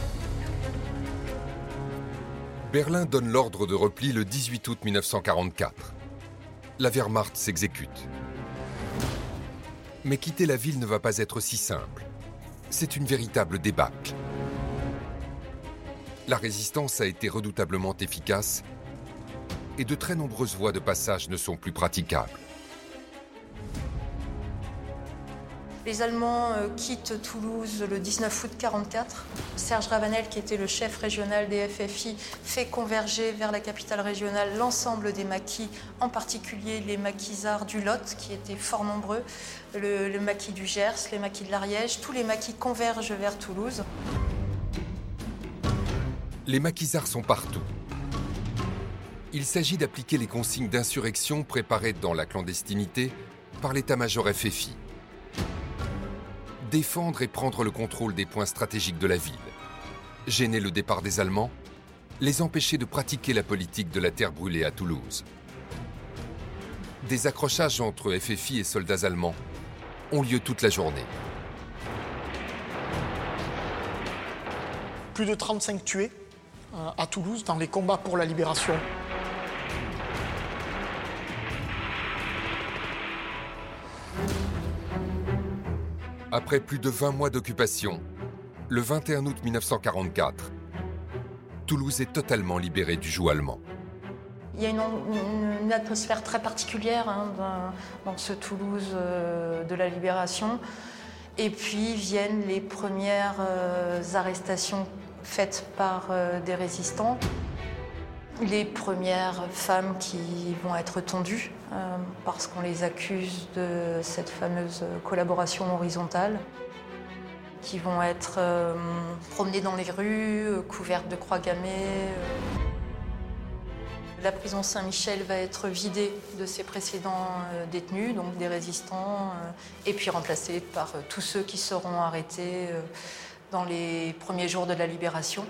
Berlin donne l'ordre de repli le 18 août 1944. La Wehrmacht s'exécute. Mais quitter la ville ne va pas être si simple. C'est une véritable débâcle. La résistance a été redoutablement efficace et de très nombreuses voies de passage ne sont plus praticables. Les Allemands quittent Toulouse le 19 août 1944. Serge Ravanel, qui était le chef régional des FFI, fait converger vers la capitale régionale l'ensemble des maquis, en particulier les maquisards du Lot, qui étaient fort nombreux, le maquis du Gers, les maquis de l'Ariège. Tous les maquis convergent vers Toulouse. Les maquisards sont partout. Il s'agit d'appliquer les consignes d'insurrection préparées dans la clandestinité par l'état-major FFI. Défendre et prendre le contrôle des points stratégiques de la ville, gêner le départ des Allemands, les empêcher de pratiquer la politique de la terre brûlée à Toulouse. Des accrochages entre FFI et soldats allemands ont lieu toute la journée. Plus de 35 tués à Toulouse dans les combats pour la libération. Après plus de 20 mois d'occupation, le 21 août 1944, Toulouse est totalement libérée du joug allemand. Il y a une atmosphère très particulière dans ce Toulouse de la libération. Et puis viennent les premières arrestations faites par des résistants. Les premières femmes qui vont être tondues parce qu'on les accuse de cette fameuse collaboration horizontale, qui vont être promenées dans les rues, couvertes de croix gammées. La prison Saint-Michel va être vidée de ses précédents détenus, donc des résistants, et puis remplacée par tous ceux qui seront arrêtés dans les premiers jours de la libération.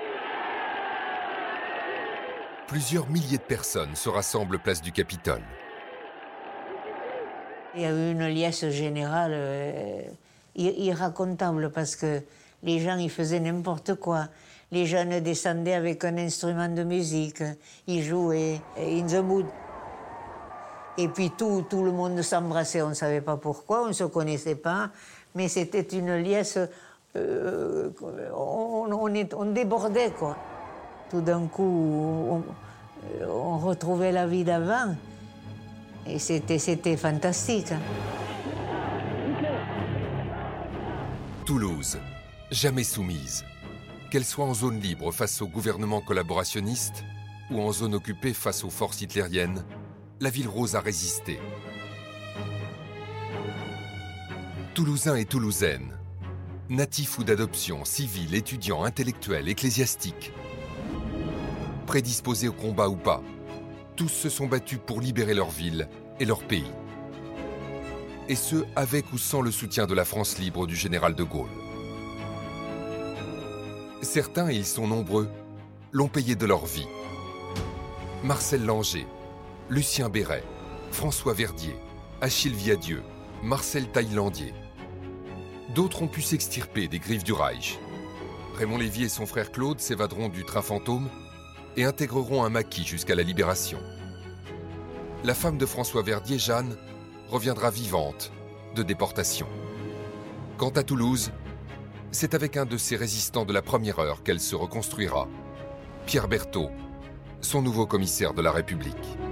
Plusieurs milliers de personnes se rassemblent place du Capitole. Il y a eu une liesse générale irracontable parce que les gens ils faisaient n'importe quoi. Les jeunes descendaient avec un instrument de musique, ils jouaient in the mood. Et puis tout le monde s'embrassait, on ne savait pas pourquoi, on ne se connaissait pas, mais c'était une liesse, on débordait quoi. Tout d'un coup, on retrouvait la vie d'avant et c'était fantastique. Toulouse, jamais soumise. Qu'elle soit en zone libre face au gouvernement collaborationniste ou en zone occupée face aux forces hitlériennes, la ville rose a résisté. Toulousains et Toulousaines, natifs ou d'adoption, civils, étudiants, intellectuels, ecclésiastiques, prédisposés au combat ou pas, tous se sont battus pour libérer leur ville et leur pays. Et ce, avec ou sans le soutien de la France libre du général de Gaulle. Certains, et ils sont nombreux, l'ont payé de leur vie. Marcel Langer, Lucien Béret, François Verdier, Achille Viadieu, Marcel Taillandier. D'autres ont pu s'extirper des griffes du Reich. Raymond Lévy et son frère Claude s'évaderont du train fantôme et intégreront un maquis jusqu'à la libération. La femme de François Verdier, Jeanne, reviendra vivante de déportation. Quant à Toulouse, c'est avec un de ses résistants de la première heure qu'elle se reconstruira, Pierre Berthaud, son nouveau commissaire de la République.